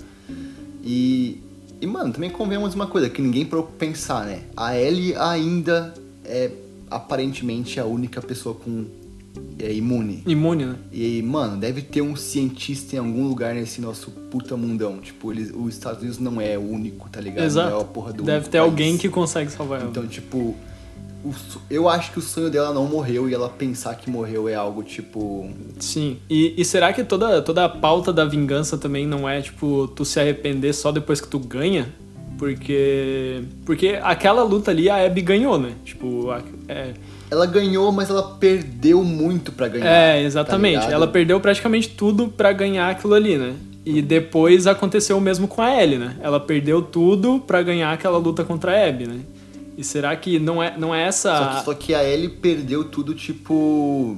E, e, mano, também convenhamos uma coisa que ninguém parou pra pensar, né? A Ellie ainda é aparentemente a única pessoa com é, imune. Imune, né? E, mano, deve ter um cientista em algum lugar nesse nosso puta mundão. Tipo, eles, os Estados Unidos não é o único, tá ligado? Exato. Não é a porra do Deve único ter país. alguém que consegue salvar ela. Então, tipo, o so- eu acho que o sonho dela não morreu e ela pensar que morreu é algo, tipo... Sim. E, e será que toda, toda a pauta da vingança também não é, tipo, tu se arrepender só depois que tu ganha? Porque... Porque aquela luta ali a Abby ganhou, né? Tipo, a- é, ela ganhou, mas ela perdeu muito pra ganhar. É, exatamente. Tá Ela perdeu praticamente tudo pra ganhar aquilo ali, né? E depois aconteceu o mesmo com a Ellie, né? Ela perdeu tudo pra ganhar aquela luta contra a Abby, né? E será que não é, não é essa... Só que, só que a Ellie perdeu tudo, tipo...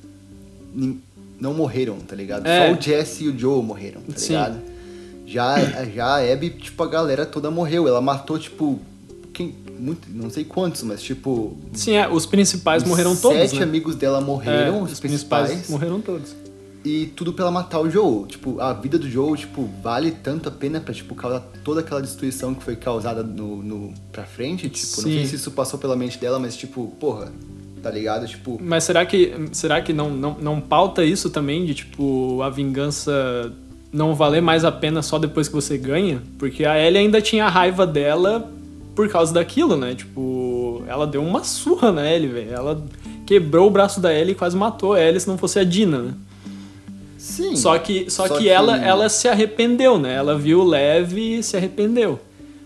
Não morreram, tá ligado? É. Só o Jesse e o Joe morreram, tá Sim. ligado? Já, já a Abby, tipo, a galera toda morreu. Ela matou, tipo... Quem, muito, não sei quantos, mas tipo... Sim, é, os principais morreram todos, Sete né? amigos dela morreram, É, os, os principais. principais morreram todos. E tudo pra ela matar o Joel. Tipo, a vida do Joel, tipo, vale tanto a pena pra, tipo, causar toda aquela destruição que foi causada no, no, pra frente. Tipo, Sim. não sei se isso passou pela mente dela, mas, tipo, porra, tá ligado? Tipo... Mas será que, será que não, não, não pauta isso também de, tipo, a vingança não valer mais a pena só depois que você ganha? Porque a Ellie ainda tinha a raiva dela por causa daquilo, né? Tipo, ela deu uma surra na Ellie, velho. Ela quebrou o braço da Ellie e quase matou a Ellie se não fosse a Dina, né? Sim. Só que, só Só que, que- Ela, ela se arrependeu, né? Ela viu o Lev e se arrependeu.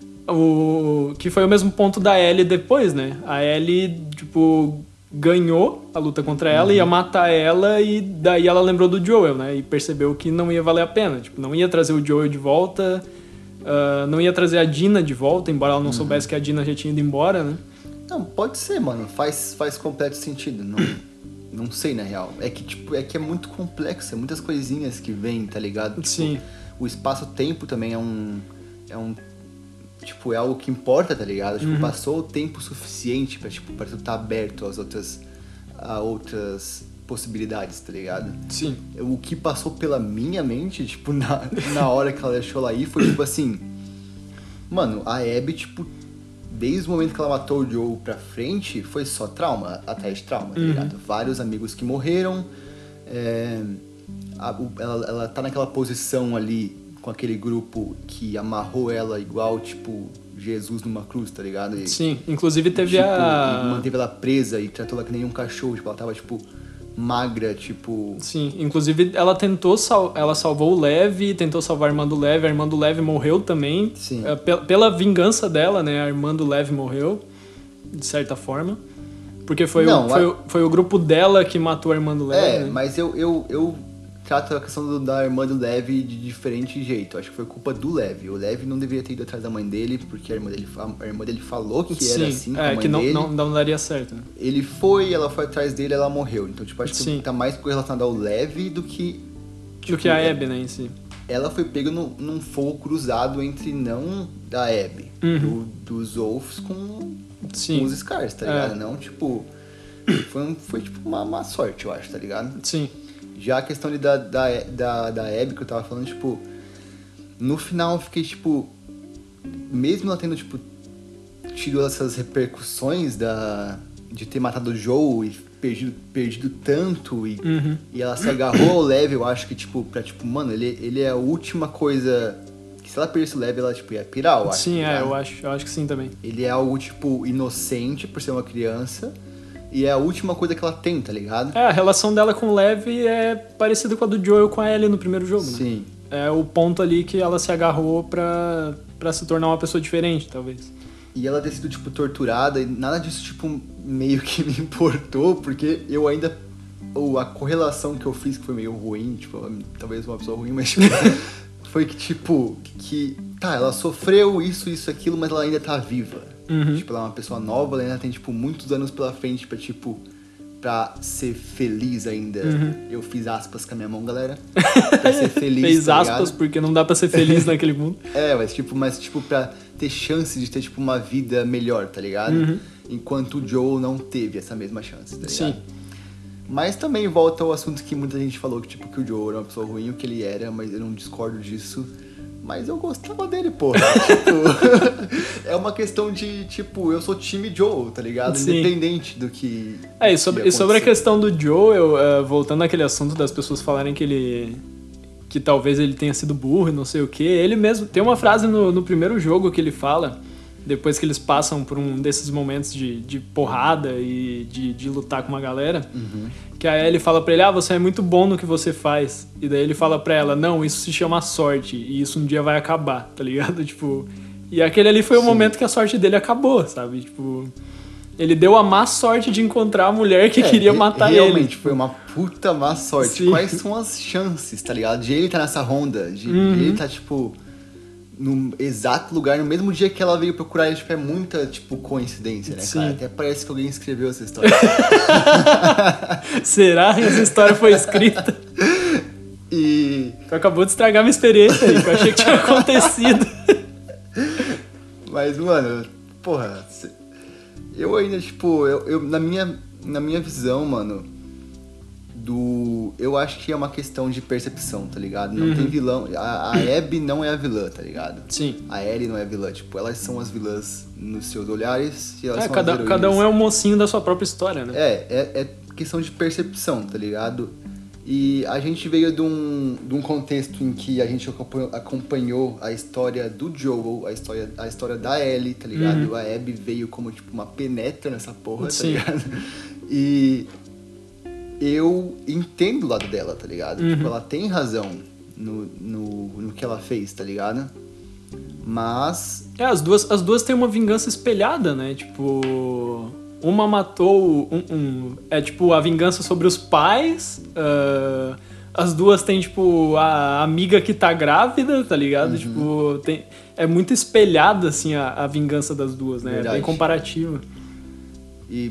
O que foi o mesmo ponto da Ellie depois, né? A Ellie, tipo, ganhou a luta contra ela, Uhum. ia matar ela e daí ela lembrou do Joel, né? E percebeu que não ia valer a pena. Tipo, não ia trazer o Joel de volta, ah, não ia trazer a Dina de volta, embora ela não Uhum. soubesse que a Dina já tinha ido embora, né? Não, pode ser, mano. Faz, faz completo sentido. Não, não sei, na real. É que, tipo, é que é muito complexo. É muitas coisinhas que vêm, tá ligado? Tipo, Sim. O espaço-tempo também é um... É um... Tipo, é algo que importa, tá ligado? Tipo, Uhum. passou o tempo suficiente pra, tipo, pra tu estar aberto às outras... A outras possibilidades, tá ligado? Sim. O que passou pela minha mente, tipo, na, na hora que ela deixou ela ir, foi tipo assim... Mano, a Abby, tipo... Desde o momento que ela matou o Joe pra frente, foi só trauma, atrás de trauma, tá Uhum. ligado? Vários amigos que morreram, é, a- o- ela, ela tá naquela posição ali, com aquele grupo que amarrou ela igual, tipo, Jesus numa cruz, tá ligado? E, Sim. Inclusive teve tipo, a... e manteve ela presa e tratou ela que nem um cachorro, tipo, ela tava, tipo, magra, tipo... Sim, inclusive ela tentou, sal... ela salvou o Lev, tentou salvar a irmã do Lev, a irmã do Lev morreu também. Sim. É, pe- Pela vingança dela, né, a irmã do Lev morreu, de certa forma. Porque foi, Não, o, foi, a- o, foi o grupo dela que matou a irmã do Lev, É, né? mas eu, eu, eu trato a questão do- da irmã do Lev de diferente jeito. Acho que foi culpa do Lev. O Lev não deveria ter ido atrás da mãe dele, porque a irmã dele, fa- a irmã dele falou que Sim, era assim com a é, mãe que não, dele. não, não daria certo, né? Ele foi, ela foi atrás dele, ela morreu. Então, tipo, acho Sim. que tá mais correlacionado ao Lev do que... Do que a é- Abby, né, em si. Ela foi pega no, num fogo cruzado entre não da Abby, Uhum. do, dos Wolves com, Sim. com os Scars, tá É. ligado? Não, tipo... Foi, um- foi tipo uma má sorte, eu acho, tá ligado? Sim. Já a questão ali da, da, da, da Abby que eu tava falando, tipo... No final eu fiquei, tipo... Mesmo ela tendo, tipo... Tido essas repercussões da, de ter matado o Joe e perdido, perdido tanto e, Uhum. e ela se agarrou ao Lev, eu acho que, tipo... Pra, tipo, mano, ele, ele é a última coisa... Que se ela perdesse o Lev, ela, tipo, ia pirar, eu acho. Sim, tá é, ligado? eu acho, eu acho que sim também. Ele é algo, tipo, inocente por ser uma criança... E é a última coisa que ela tem, tá ligado? É, a relação dela com o Lev é parecida com a do Joel com a Ellie no primeiro jogo, né? Sim. É o ponto ali que ela se agarrou pra, pra se tornar uma pessoa diferente, talvez. E ela ter sido, tipo, torturada e nada disso, tipo, meio que me importou, porque eu ainda... Ou a correlação que eu fiz, que foi meio ruim, tipo, talvez uma pessoa ruim, mas, tipo... foi que, tipo, que... Tá, ela sofreu isso, isso, aquilo, mas ela ainda tá viva. Uhum. Tipo, ela é uma pessoa nova, ela ainda tem, tipo, muitos anos pela frente pra, tipo... Pra ser feliz ainda. Uhum. Eu fiz aspas com a minha mão, galera. Pra ser feliz, Fez tá aspas, ligado? porque não dá pra ser feliz naquele mundo. É, mas tipo, mas tipo pra ter chance de ter tipo uma vida melhor, tá ligado? Uhum. Enquanto o Joel não teve essa mesma chance, tá ligado? Sim. Mas também volta ao assunto que muita gente falou que tipo que o Joel era uma pessoa ruim, o que ele era, mas eu não discordo disso. Mas eu gostava dele, porra. Tipo, é uma questão de, tipo, eu sou time Joel, tá ligado? Sim. Independente do que. É, e do sobre, que e sobre a acontecer. questão do Joel, uh, voltando àquele assunto das pessoas falarem que ele... que talvez ele tenha sido burro e não sei o que, ele mesmo... Tem uma frase no, no primeiro jogo que ele fala, depois que eles passam por um desses momentos de, de porrada e de, de lutar com uma galera, Uhum. que a Ellie fala pra ele, ah, você é muito bom no que você faz. E daí ele fala pra ela, não, isso se chama sorte, e isso um dia vai acabar, tá ligado? Tipo... E aquele ali foi o Sim. momento que a sorte dele acabou, sabe? Tipo... Ele deu a má sorte de encontrar a mulher que É, queria re- matar realmente, ele. Realmente, foi uma puta má sorte. Sim. Quais são as chances, tá ligado? De ele estar nessa ronda, de, Uhum. de ele estar, tipo, no exato lugar, no mesmo dia que ela veio procurar ele, tipo, é muita, tipo, coincidência, né, Sim. cara? Até parece que alguém escreveu essa história. Será que essa história foi escrita? E... Tu acabou de estragar minha experiência aí, que eu achei que tinha acontecido. Mas, mano, porra, cê- eu ainda, tipo, eu, eu- na, minha, na minha visão, mano, do... Eu acho que é uma questão de percepção, tá ligado? Não Uhum. tem vilão... A, a Abby não é a vilã, tá ligado? Sim. A Ellie não é a vilã, tipo, elas são as vilãs nos seus olhares e elas É, são cada, as heroínas. cada um é um mocinho da sua própria história, né? É, é, é questão de percepção, tá ligado? E a gente veio de um, de um contexto em que a gente acompanhou, acompanhou a história do Joel, a história, a história da Ellie, tá ligado? Uhum. A Abby veio como, tipo, uma penetra nessa porra, tá Sim. ligado? E eu entendo o lado dela, tá ligado? Uhum. Tipo, ela tem razão no, no, no que ela fez, tá ligado? Mas... É, as duas, as duas têm uma vingança espelhada, né? Tipo, uma matou um, um- é tipo a vingança sobre os pais. ah, as duas têm, tipo, a amiga que tá grávida, tá ligado? Uhum. Tipo, tem, é muito espelhada, assim, a, a vingança das duas, né? É Verdade. bem comparativa. E,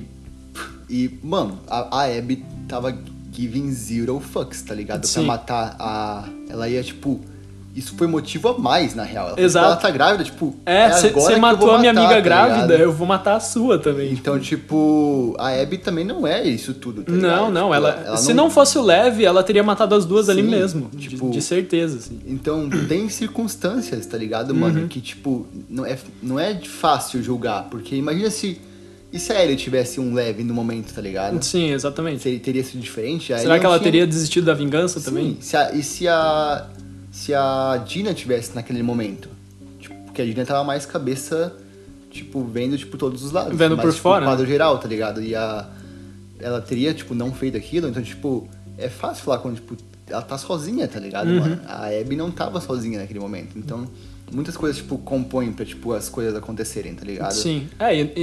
e mano, a, a Abby tava giving zero fucks, tá ligado? Sim. Pra matar a... Ela ia, tipo... Isso foi motivo a mais, na real. Ela, falou, Exato. ela tá grávida, tipo... É, agora você que matou eu vou a minha matar, amiga tá grávida, ligado? eu vou matar a sua também. Então, tipo... A Abby também não é isso tudo, tá ligado? Não, não, Tipo, ela, se não... fosse o Lev, ela teria matado as duas ali Sim, mesmo, de- tipo- de, certeza, assim. Então, tem circunstâncias, tá ligado, mano? Uhum. Que, tipo, não é, não é fácil julgar. Porque imagina se... E se a Ellie tivesse um Lev no momento, tá ligado? Sim, exatamente. Se teria sido diferente? Aí Será não que ela tinha- teria desistido da vingança Sim, também? se a- e se a, se a Dina tivesse naquele momento? Tipo, porque a Dina tava mais cabeça, tipo, vendo, tipo, todos os lados. Vendo mais, por tipo, fora, o quadro né? geral, tá ligado? E a... Ela teria, tipo, não feito aquilo, então, tipo... É fácil falar quando, tipo, ela tá sozinha, tá ligado, Uhum. mano? A Abby não tava sozinha naquele momento. Então, muitas coisas, tipo, compõem pra, tipo, as coisas acontecerem, tá ligado? Sim. É, e,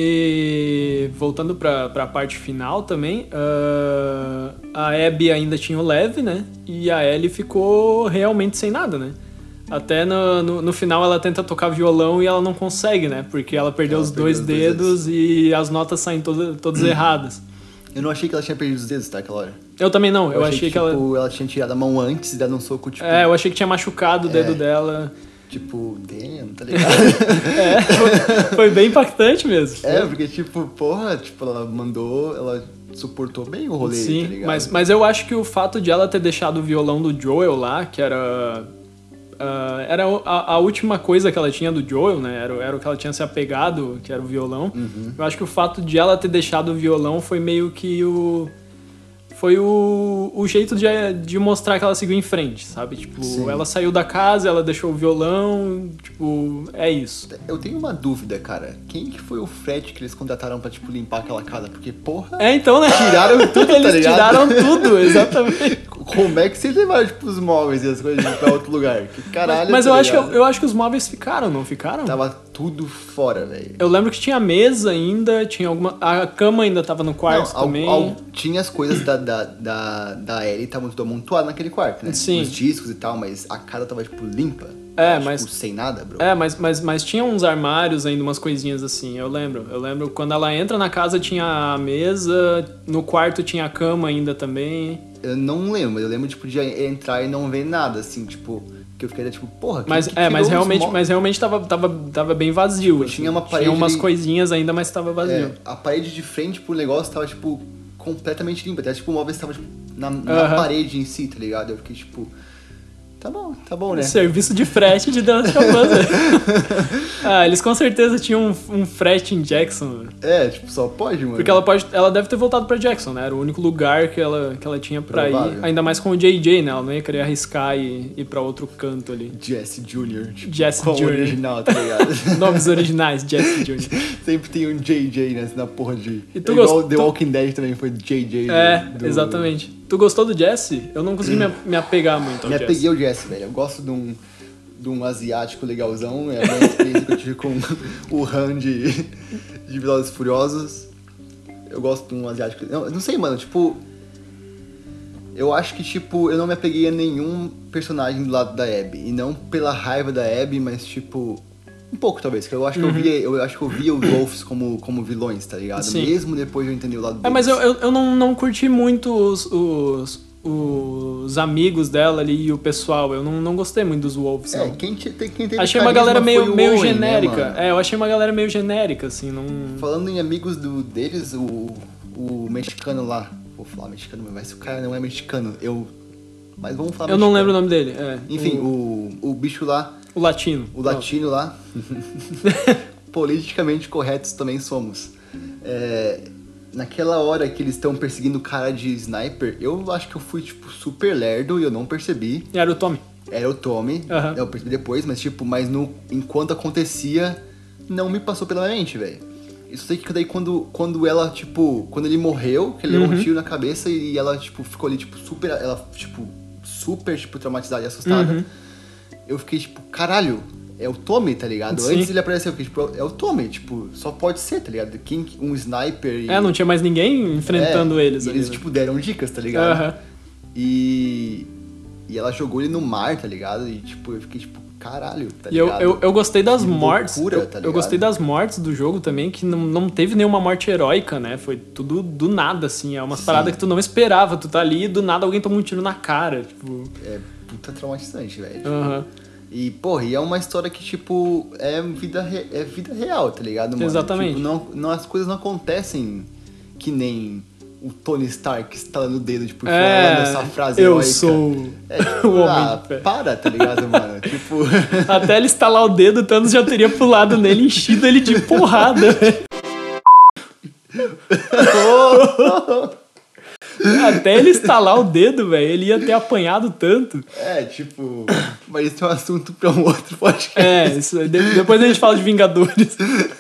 e voltando pra, pra parte final também, ah, a Abby ainda tinha o Lev, né? E a Ellie ficou realmente sem nada, né? Até no, no, no final ela tenta tocar violão e ela não consegue, né? Porque ela perdeu Ela os perdeu dois os dois dedos e as notas saem todas, todas erradas. Eu não achei que ela tinha perdido os dedos, tá, aquela hora. Eu também não, eu, achei, que, ela... tipo, ela tinha tirado a mão antes e dado um soco, tipo... É, eu achei que tinha machucado o dedo É. dela. Tipo, damn, tá ligado? É, foi, foi bem impactante mesmo. É, porque, tipo, porra, tipo, ela mandou, ela suportou bem o rolê, Sim, tá ligado? mas, mas eu acho que o fato de ela ter deixado o violão do Joel lá, que era... ah, era a, a última coisa que ela tinha do Joel, né? Era, era o que ela tinha se apegado, que era o violão. Uhum. Eu acho que o fato de ela ter deixado o violão foi meio que o... Foi o, o jeito de, de mostrar que ela seguiu em frente, sabe? Tipo, Sim. ela saiu da casa, ela deixou o violão, tipo, é isso. Eu tenho uma dúvida, cara. Quem que foi o frete que eles contrataram pra, tipo, limpar aquela casa? Porque, porra, É, então, né? tiraram tudo, tá Eles ligado? tiraram tudo, exatamente. Como é que vocês levaram, tipo, os móveis e as coisas pra outro lugar? Que caralho, Mas tá eu acho, que, ligado? eu, eu acho que os móveis ficaram, não ficaram? Tava tudo fora, velho. Eu lembro que tinha mesa ainda, tinha alguma... A cama ainda tava no quarto Não, al- também. al- tinha as coisas da, da, da, da Ellie estavam tudo amontoado naquele quarto, né? Sim. Os discos e tal, mas a casa tava, tipo, limpa. É, tipo, mas- sem nada, bro. É, mas, mas, mas tinha uns armários ainda, umas coisinhas assim, eu lembro. Eu lembro quando ela entra na casa tinha a mesa, no quarto tinha a cama ainda também. Eu não lembro, mas eu lembro, tipo, de entrar e não ver nada, assim, tipo... Que eu fiquei, tipo, porra, quem Mas, que é, tirou mas os realmente, mó- mas realmente tava, tava, tava bem vazio. assim. tinha uma parede umas ali- coisinhas ainda, mas tava vazio. É, a parede de frente pro negócio tava, tipo, completamente limpa. Até, tipo, o móvel estava, tipo, na, na Aham. parede em si, tá ligado? Eu fiquei, tipo... Tá bom, tá bom, né? Serviço de frete de The Last of Us. Ah, eles com certeza tinham um, um frete em Jackson. É, tipo, só pode, mano. Porque ela pode, ela deve ter voltado pra Jackson, né? Era o único lugar que ela, que ela tinha pra Provável. ir. Ainda mais com o J J, né? Ela não ia querer arriscar e ir pra outro canto ali. Jesse Júnior Tipo, Jesse como Júnior original, tá ligado? Nomes originais, Jesse Júnior Sempre tem um J J né, na porra de... E tu É igual gost- The tu- Walking Dead também foi J J. É, do- exatamente. Tu gostou do Jesse? Eu não consegui me, me apegar muito ao Me Jesse. apeguei ao Jesse, velho. Eu gosto de um, de um asiático legalzão. É a minha experiência que eu tive com o Han de, de Velozes e Furiosos. eu gosto de um asiático. Não, não sei, mano, tipo... Eu acho que, tipo, eu não me apeguei a nenhum personagem do lado da Abby. E não pela raiva da Abby, mas, tipo... Um pouco, talvez. Que eu acho que Uhum. eu via, eu acho que eu via os Wolves como, como vilões, tá ligado? Sim. Mesmo depois de eu entender o lado deles. É, mas eu, eu, eu não, não curti muito os, os, os amigos dela ali e o pessoal. Eu não, não gostei muito dos Wolves, É, não. quem, te- tem- quem teve Achei uma carisma galera foi meio, o meio Owen, né, genérica. mano? É, eu achei uma galera meio genérica, assim, não... Falando em amigos do, deles, o, o mexicano lá... Vou falar mexicano, mas se o cara não é mexicano, eu... Mas vamos falar Eu não mexicano. lembro o nome dele. É, Enfim, o, o, o bicho lá, o latino. o latino lá... Politicamente corretos também somos. É, naquela hora que eles estão perseguindo o cara de sniper, eu acho que eu fui, tipo, super lerdo e eu não percebi. Era o Tommy. Era o Tommy, Aham. eu percebi depois, mas tipo, mas no, enquanto acontecia, não me passou pela mente, velho. Isso sei que daí quando, quando ela, tipo, quando ele morreu, que ele levou um tiro na cabeça e ela, tipo, ficou ali, tipo, super, ela, tipo, super, tipo, traumatizada e assustada. Uhum. Eu fiquei, tipo, caralho, é o Tommy, tá ligado? Sim. Antes ele apareceu, eu fiquei, tipo, é o Tommy, tipo, só pode ser, tá ligado? Quem, um sniper e... É, não tinha mais ninguém enfrentando É, eles e ali. eles, né? tipo, deram dicas, tá ligado? Aham. E... E ela jogou ele no mar, tá ligado? E, tipo, eu fiquei, tipo, caralho, tá E eu, ligado? eu, eu gostei das Que mortes. loucura, eu, tá eu ligado? gostei das mortes do jogo também, que não, não teve nenhuma morte heróica, né? Foi tudo do nada, assim. É umas Sim. paradas que tu não esperava. Tu tá ali e do nada alguém toma um tiro na cara. Tipo. É puta traumatizante, velho. Tipo, Aham. E, porra, e é uma história que, tipo, é vida, re- é vida real, tá ligado, mano? Exatamente. Tipo, não, não, as coisas não acontecem que nem o Tony Stark estalando o dedo, tipo, É, falando essa frase eu heróica. sou É, tipo, o Homem ah, de Ferro. para, tá ligado, mano? Tipo... Até ele estalar o dedo, o Thanos já teria pulado nele, enchido ele de porrada, velho. Até ele estalar o dedo, velho, ele ia ter apanhado tanto. É, tipo... Mas isso é um assunto pra um outro podcast. É, isso, aí, de- depois a gente fala de Vingadores.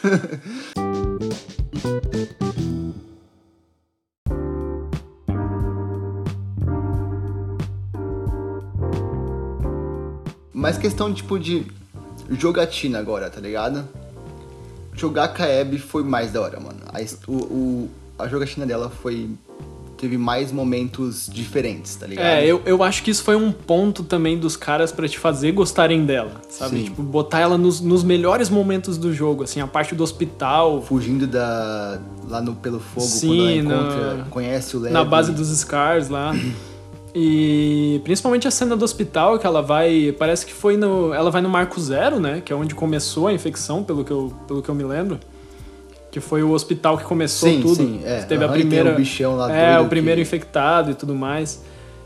Mas questão, tipo, de jogatina agora, tá ligado? Jogar com a Abby foi mais da hora, mano. A, his- o, o- a jogatina dela foi... Teve mais momentos diferentes, tá ligado? É, eu, eu acho que isso foi um ponto também dos caras pra te fazer gostarem dela, sabe? Sim. Tipo, botar ela nos, nos melhores momentos do jogo, assim, a parte do hospital, Fugindo da... Lá no Pelo Fogo, Sim, quando ela encontra... na- Conhece o Levi. na base dos Scars lá. E principalmente a cena do hospital, que ela vai... Parece que foi no... Ela vai no Marco Zero, né? Que é onde começou a infecção, pelo que eu, pelo que eu me lembro. Que foi o hospital que começou Sim, tudo. sim, é. Teve Aham, a e tem primeira... o bichão lá É, doido o primeiro que- infectado e tudo mais.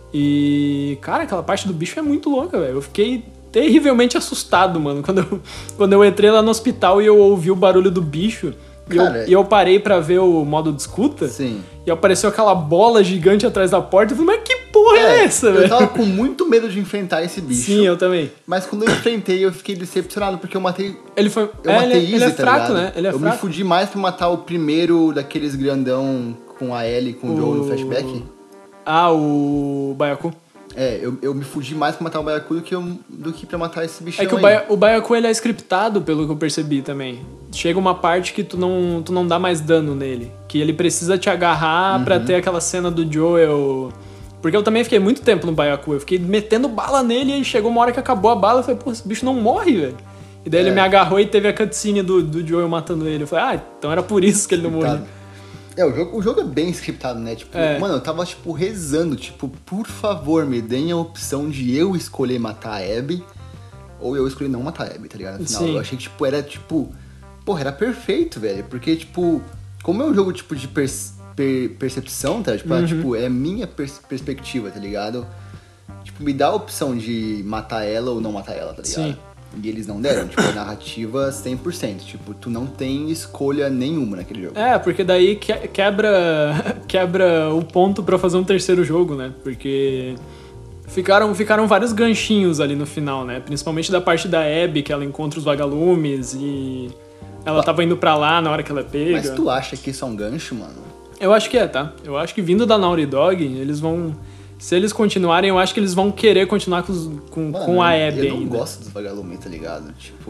E... Cara, aquela parte do bicho é muito louca, velho. Eu fiquei terrivelmente assustado, mano. Quando eu, quando eu entrei lá no hospital e eu ouvi o barulho do bicho... E eu, Cara, e eu parei pra ver o modo de escuta. Sim. E apareceu aquela bola gigante atrás da porta. Eu falei, mas que porra é, É, essa, eu velho? tava com muito medo de enfrentar esse bicho. Sim, eu também. Mas quando eu enfrentei, eu fiquei decepcionado, porque eu matei... Ele foi. Eu é, matei ele, easy, ele é tá fraco, ligado? né? Ele é eu fraco. me fudi mais pra matar o primeiro daqueles grandão com a Ellie, com o Joe no flashback. Ah, o Baiacu. É, eu, eu me fudi mais pra matar o Baiacu do que, eu, do que pra matar esse bichão É que o, aí. Baia, o Baiacu ele é scriptado, pelo que eu percebi também. Chega uma parte que tu não, tu não dá mais dano nele. Que ele precisa te agarrar Uhum. pra ter aquela cena do Joel. Porque eu também fiquei muito tempo no Baiacu. Eu fiquei metendo bala nele e aí chegou uma hora que acabou a bala. Eu falei, pô, esse bicho não morre, velho. E daí É. ele me agarrou e teve a cutscene do, do Joel matando ele. Eu falei, ah, então era por isso que ele não morreu. Tá. É, o jogo, o jogo é bem scriptado, né? Tipo, É. mano, eu tava, tipo, rezando, tipo, por favor, me deem a opção de eu escolher matar a Abby ou eu escolher não matar a Abby, tá ligado? No final, Sim. eu achei que, tipo, era, tipo... Porra, era perfeito, velho. Porque, tipo, como é um jogo, tipo, de pers- per- percepção, tá? Tipo, Uhum. é, tipo, é minha pers- perspectiva, tá ligado? Tipo, me dá a opção de matar ela ou não matar ela, tá ligado? Sim. E eles não deram, tipo, narrativa cem por cento. Tipo, tu não tem escolha nenhuma naquele jogo. É, porque daí que- quebra, quebra o ponto pra fazer um terceiro jogo, né? Porque ficaram, ficaram vários ganchinhos ali no final, né? Principalmente da parte da Abby, que ela encontra os vagalumes e ela tava indo pra lá na hora que ela pega. Mas tu acha que isso é um gancho, mano? Eu acho que é, tá? Eu acho que vindo da Naughty Dog, eles vão... Se eles continuarem, eu acho que eles vão querer continuar com, os- com, Mano, com a eu- Abby Eu não ainda. gosto dos vagalumes, tá ligado? Tipo...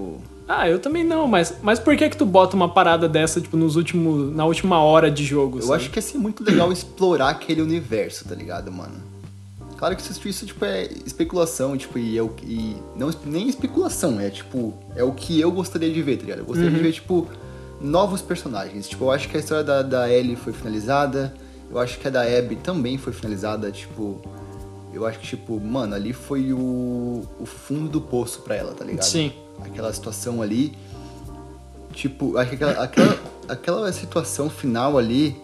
Ah, eu também não, mas, mas por que que tu bota uma parada dessa, tipo, nos últimos, na última hora de jogo? Eu sabe? acho que ia ser muito legal explorar aquele universo, tá ligado, mano? Claro que isso, isso tipo, é especulação, tipo, e, eu, e não nem especulação, é tipo, é o que eu gostaria de ver, tá ligado? Eu gostaria Uhum. de ver, tipo, novos personagens. Tipo, eu acho que a história da, da Ellie foi finalizada, eu acho que a da Abby também foi finalizada, tipo... Eu acho que, tipo, mano, ali foi o, o fundo do poço pra ela, tá ligado? Sim. Aquela situação ali, tipo, acho que aquela, aquela, aquela situação final ali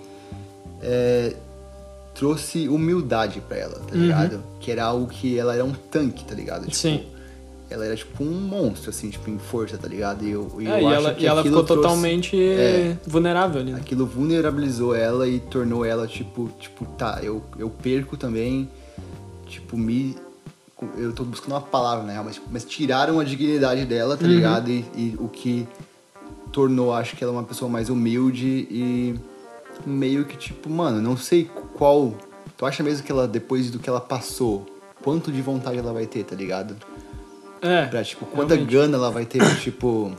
é, trouxe humildade pra ela, tá Uhum. ligado? Que era algo que ela era um tanque, tá ligado? Tipo, Sim. ela era tipo um monstro, assim, tipo, em força, tá ligado? E eu, e É, eu e acho ela, que e ela aquilo ficou trouxe- totalmente É. vulnerável ali. Né? Aquilo vulnerabilizou ela e tornou ela, tipo, tipo, tá, eu, eu perco também, tipo, me... Eu tô buscando uma palavra, né? Mas, mas tiraram a dignidade dela, tá Uhum. ligado? E, e o que tornou, acho que ela uma pessoa mais humilde e meio que, tipo, mano, não sei qual... Tu acha mesmo que ela, depois do que ela passou, quanto de vontade ela vai ter, tá ligado? É, Pra, tipo, quanta realmente. gana ela vai ter, tipo...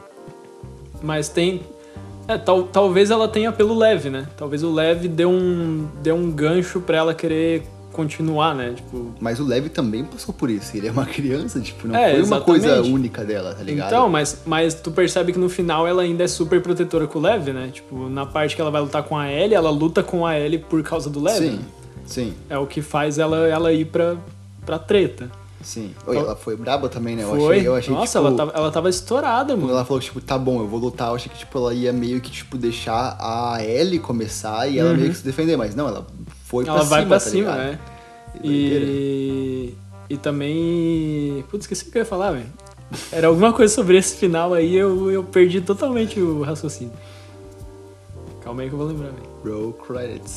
Mas tem... É, tal, talvez ela tenha pelo Lev, né? Talvez o Lev deu um, deu um gancho pra ela querer continuar, né? Tipo... Mas o Lev também passou por isso. Ele é uma criança, tipo, não É, foi uma coisa exatamente. única dela, tá ligado? Então, mas, mas tu percebe que no final ela ainda é super protetora com o Lev, né? Tipo, na parte que ela vai lutar com a Ellie, ela luta com a Ellie por causa do Lev. Sim, né? sim, É o que faz ela, ela ir pra, pra treta. sim. Oi, ela foi braba também, né? Eu Foi. achei, eu achei Nossa, tipo, ela, tava, ela tava estourada, quando mano. ela falou, tipo, tá bom, eu vou lutar, eu achei que, tipo, ela ia meio que, tipo, deixar a Ellie começar e ela Uhum. meio que se defender, mas não, ela foi pra Ela cima, vai pra tá cima, ligado? né? Que doideira. E, e também... Putz, esqueci o que eu ia falar, velho. Era alguma coisa sobre esse final aí, eu, eu perdi totalmente o raciocínio. Calma aí que eu vou lembrar, velho. Roll credits.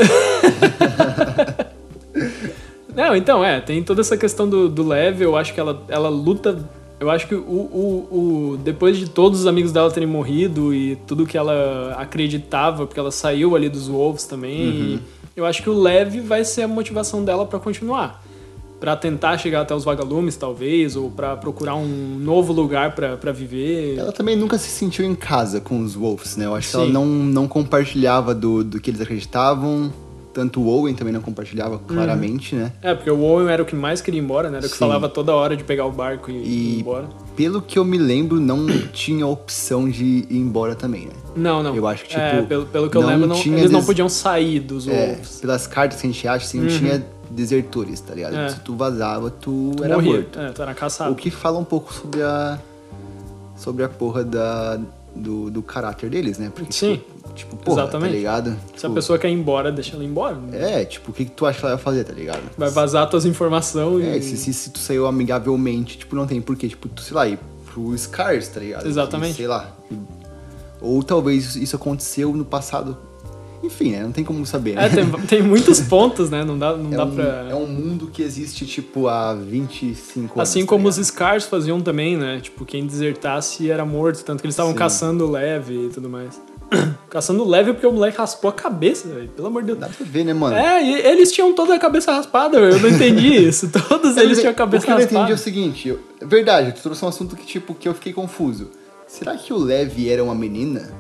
Não, então, é, tem toda essa questão do, do Lev, eu acho que ela, ela luta... Eu acho que o, o, o, depois de todos os amigos dela terem morrido e tudo que ela acreditava, porque ela saiu ali dos Wolves também, Uhum. eu acho que o Lev vai ser a motivação dela pra continuar. Pra tentar chegar até os vagalumes, talvez, ou pra procurar um novo lugar pra, pra viver. Ela também nunca se sentiu em casa com os Wolves, né? Eu acho que Sim. ela não, não compartilhava do, do que eles acreditavam. Tanto o Owen também não compartilhava, claramente, né? É, porque o Owen era o que mais queria ir embora, né? Era o que Sim. falava toda hora de pegar o barco e, E- ir embora. Pelo que eu me lembro, não tinha opção de ir embora também, né? Não, não. Eu acho que, É, tipo, pelo, pelo que eu não lembro, não- tinha eles não des- podiam sair dos É, Wolves. pelas cartas que a gente acha, assim, não Uhum. tinha desertores, tá ligado? É. Se tu vazava, tu, Tu era morria. morto. É, tu era caçado. O que fala um pouco sobre a... Sobre a porra da... Do, do caráter deles, né? Porque, Sim, tipo, tipo porra, exatamente. tá ligado? Se a Tipo, pessoa quer ir embora, deixa ela ir embora. É, tipo, o que, que tu acha que ela vai fazer, tá ligado? Vai vazar tuas informações É, e... se, se, se tu saiu amigavelmente, tipo, não tem porquê, tipo, tu, sei lá, ir pro Scars, tá ligado? Exatamente. E, sei lá. e- Ou talvez isso aconteceu no passado. Enfim, né? Não tem como saber, né? É, tem, tem muitos pontos, né? Não dá, não É dá um, pra... é um mundo que existe, tipo, há vinte e cinco anos. Assim tá como os ligado? Scars faziam também, né? Tipo, quem desertasse era morto. Tanto que eles estavam Sim. caçando o Lev e tudo mais. Caçando o Lev porque o moleque raspou a cabeça, velho. Pelo amor de Deus. Dá pra ver, né, mano? É, e eles tinham toda a cabeça raspada, velho. Eu não entendi isso. Todos Eu eles não- tinham a cabeça O que eu não entendi é raspada. o seguinte, eu- é verdade, tu trouxe um assunto que, tipo, que eu fiquei confuso. Será que o Levi era uma menina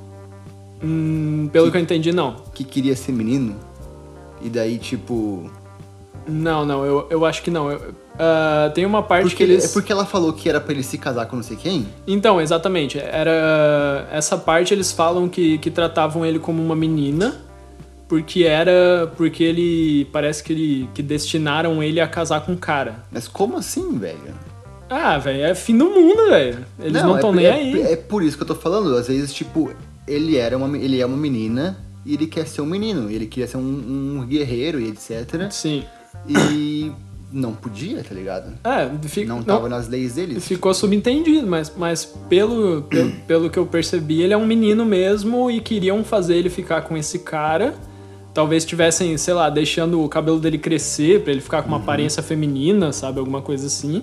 Hum, pelo que eu entendi, não. que queria ser menino? E daí, tipo... Não, não, eu, eu acho que não. Eu- ah, tem uma parte Porque, que eles... É porque ela falou que era pra ele se casar com não sei quem? Então, exatamente. Era essa parte eles falam que, que tratavam ele como uma menina, porque era porque ele parece que ele que destinaram ele a casar com um cara. Mas como assim, velho? Ah, velho, é fim do mundo, velho. Eles não é estão por- nem é, aí. É por isso que eu tô falando. Às vezes, tipo, ele, era uma, ele é uma menina e ele quer ser um menino. Ele queria ser um, um guerreiro e etcétera. Sim. E não podia, tá ligado? É, fi- Não não- tava nas leis deles. ficou subentendido, mas, mas pelo, pelo, pelo que eu percebi, ele é um menino mesmo e queriam fazer ele ficar com esse cara. Talvez tivessem, sei lá, deixando o cabelo dele crescer pra ele ficar com uma Uhum. aparência feminina, sabe? Alguma coisa assim.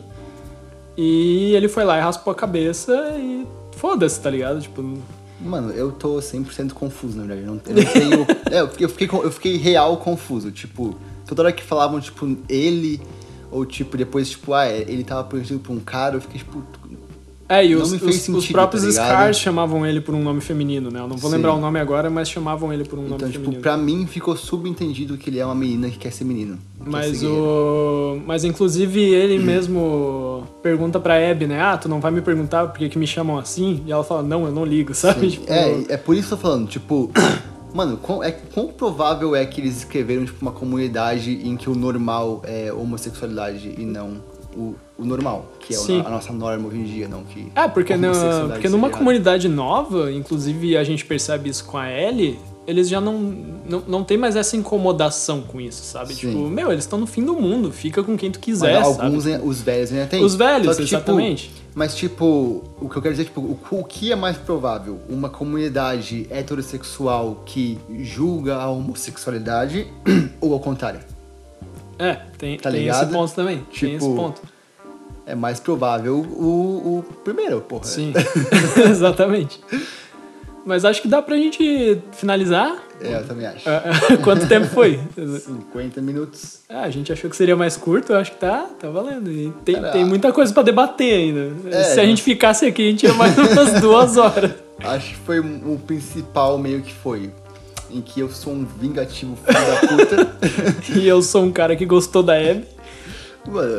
E ele foi lá e raspou a cabeça e foda-se, tá ligado? Tipo, Mano, eu tô cem por cento confuso, na verdade. Eu não, eu não tenho... é, eu fiquei, eu, fiquei, eu fiquei real confuso. Tipo, toda hora que falavam, tipo, ele... Ou, tipo, depois, tipo, ah, ele tava prometido pra um cara, eu fiquei, tipo... É, e não os, me fez os, sentido, os próprios tá ligado? Scars chamavam ele por um nome feminino, né? Eu não vou Sim. lembrar o nome agora, mas chamavam ele por um Então, nome tipo, feminino. pra mim ficou subentendido que ele é uma menina que quer ser menino. quer Mas ser guerreiro. o. Mas inclusive ele mesmo pergunta pra Abby, né? Ah, tu não vai me perguntar por que, que me chamam assim? E ela fala, não, eu não ligo, sabe? Sim. Tipo, É, é por isso que eu tô falando, tipo... Mano, quão, é, quão provável é que eles escreveram, tipo, uma comunidade em que o normal é homossexualidade e não o, o normal, que é Sim. a, a nossa norma hoje em dia, não que... É, porque, no, homossexualidade porque numa seria errado. comunidade nova, inclusive a gente percebe isso com a Ellie, eles já não, não, não tem mais essa incomodação com isso, sabe? Sim. Tipo, meu, eles estão no fim do mundo, fica com quem tu Mas quiser, alguns, sabe? ainda- os velhos ainda tem. Os velhos, Só que, tipo, exatamente. mas, tipo, o que eu quero dizer, tipo, o, o que é mais provável? Uma comunidade heterossexual que julga a homossexualidade ou ao contrário? É, tem, Tá tem esse ligado? ponto também, tem esse Tipo, ponto. É mais provável o, o primeiro, porra. Sim, exatamente. Mas acho que dá pra gente finalizar. É, eu também acho. Quanto tempo foi? cinquenta minutos. Ah, a gente achou que seria mais curto, eu acho que tá, tá valendo. E tem, Cara, tem muita coisa pra debater ainda. É, Se a gente ficasse aqui, a gente ia mais umas duas horas. Acho que foi o principal meio que foi. Em que eu sou um vingativo filho da puta. E eu sou um cara que gostou da Abby. Mano,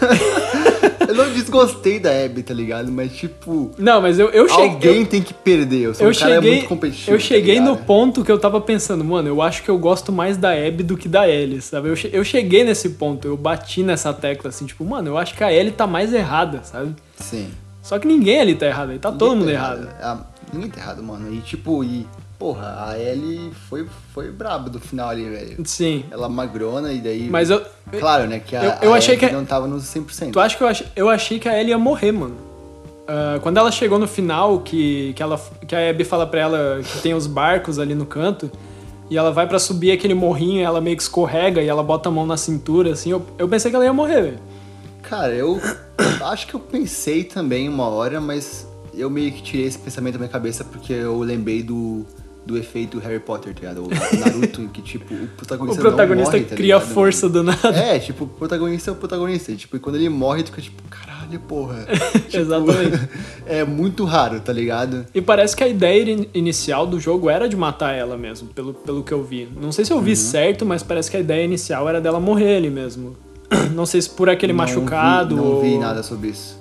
eu não desgostei da Abby, tá ligado? Mas, tipo, Não, mas eu, eu cheguei. alguém tem que perder. Eu sou Eu um cara cheguei, muito competitivo. eu cheguei tá no ligado? ponto que eu tava pensando, mano, eu acho que eu gosto mais da Abby do que da Ellie, sabe? Eu, che- eu cheguei nesse ponto, eu bati nessa tecla assim, tipo, mano, eu acho que a Ellie tá mais errada, sabe? Sim. Só que ninguém ali tá errado, aí tá todo mundo Ninguém tá errado. Ah, ninguém tá errado, mano. E, tipo, e, porra, a Ellie foi, foi braba do final ali, velho. Sim. Ela magrona e daí... Mas eu. Claro, né, que a, eu- eu a achei Abby que- não tava nos cem por cento. Tu acha que eu achei, eu achei que a Ellie ia morrer, mano? Ah, quando ela chegou no final, que, que, ela, que a Abby fala pra ela que tem os barcos ali no canto, e ela vai pra subir aquele morrinho, ela meio que escorrega e ela bota a mão na cintura, assim, eu, eu pensei que ela ia morrer, velho. Cara, eu acho que eu pensei também uma hora, mas eu meio que tirei esse pensamento da minha cabeça porque eu lembrei do, do efeito Harry Potter, tá ligado? O Naruto, em que, tipo, o O protagonista protagonista não morre, tá cria ligado, força mano? do nada. É, tipo, o protagonista é o protagonista. E, tipo, e quando ele morre, tu fica tipo, caralho, porra. Tipo, Exatamente. É muito raro, tá ligado? E parece que a ideia in- inicial do jogo era de matar ela mesmo, pelo, pelo que eu vi. Não sei se eu vi Uhum. certo, mas parece que a ideia inicial era dela morrer ali mesmo. Não sei se por aquele Não machucado vi, não ou... vi nada sobre isso.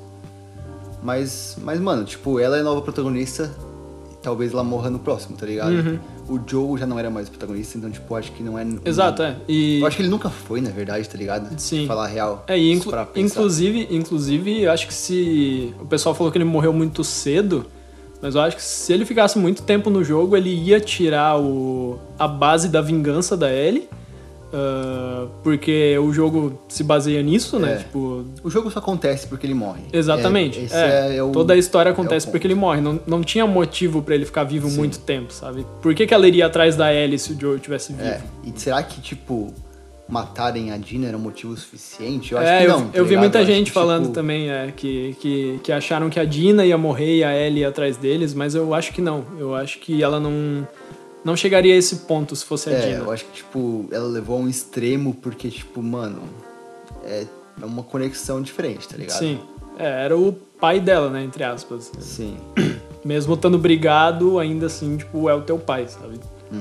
Mas, mas, mano, tipo, ela é a nova protagonista. Talvez ela morra no próximo, tá ligado? Uhum. O Joe já não era mais o protagonista, então, tipo, acho que não é... Exato, é. E... Eu acho que ele nunca foi, na verdade, tá ligado? Sim. Falar a real. É, e se inclu- parar pra pensar. inclusive, inclusive, eu acho que se... O pessoal falou que ele morreu muito cedo, mas eu acho que se ele ficasse muito tempo no jogo, ele ia tirar o... a base da vingança da Ellie, ah, porque o jogo se baseia nisso, né? É. Tipo, O jogo só acontece porque ele morre. exatamente. É, esse É, é, é o- toda a história é o acontece ponto. porque ele morre. Não, não tinha motivo pra ele ficar vivo Sim. muito tempo, sabe? Por que, que ela iria atrás da Ellie se o Joe tivesse vivo? É, e será que, tipo, matarem a Dina era um motivo suficiente? Eu acho É, que eu, não. tá eu vi ligado? muita Eu acho gente que, falando tipo, também é, que, que, que acharam que a Dina ia morrer e a Ellie ia atrás deles, mas eu acho que não. Eu acho que ela não, não chegaria a esse ponto se fosse a É, Dina. eu acho que, tipo, ela levou a um extremo porque, tipo, mano, é é uma conexão diferente, tá ligado? Sim. É, era o pai dela, né, entre aspas. Sim. Mesmo estando brigado, ainda assim, tipo, é o teu pai, sabe?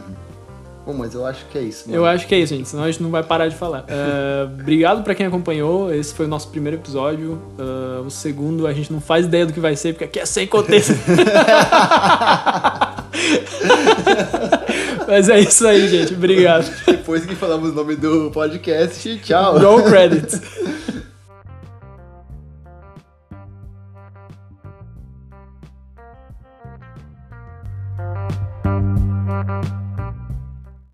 Bom, mas eu acho que é isso, mano. Eu acho que é isso, gente, senão a gente não vai parar de falar. É, obrigado pra quem acompanhou, esse foi o nosso primeiro episódio. É, o segundo a gente não faz ideia do que vai ser, porque aqui é sem contexto. Mas é isso aí, gente. Obrigado. Depois que falamos o nome do podcast, tchau. Roll credits.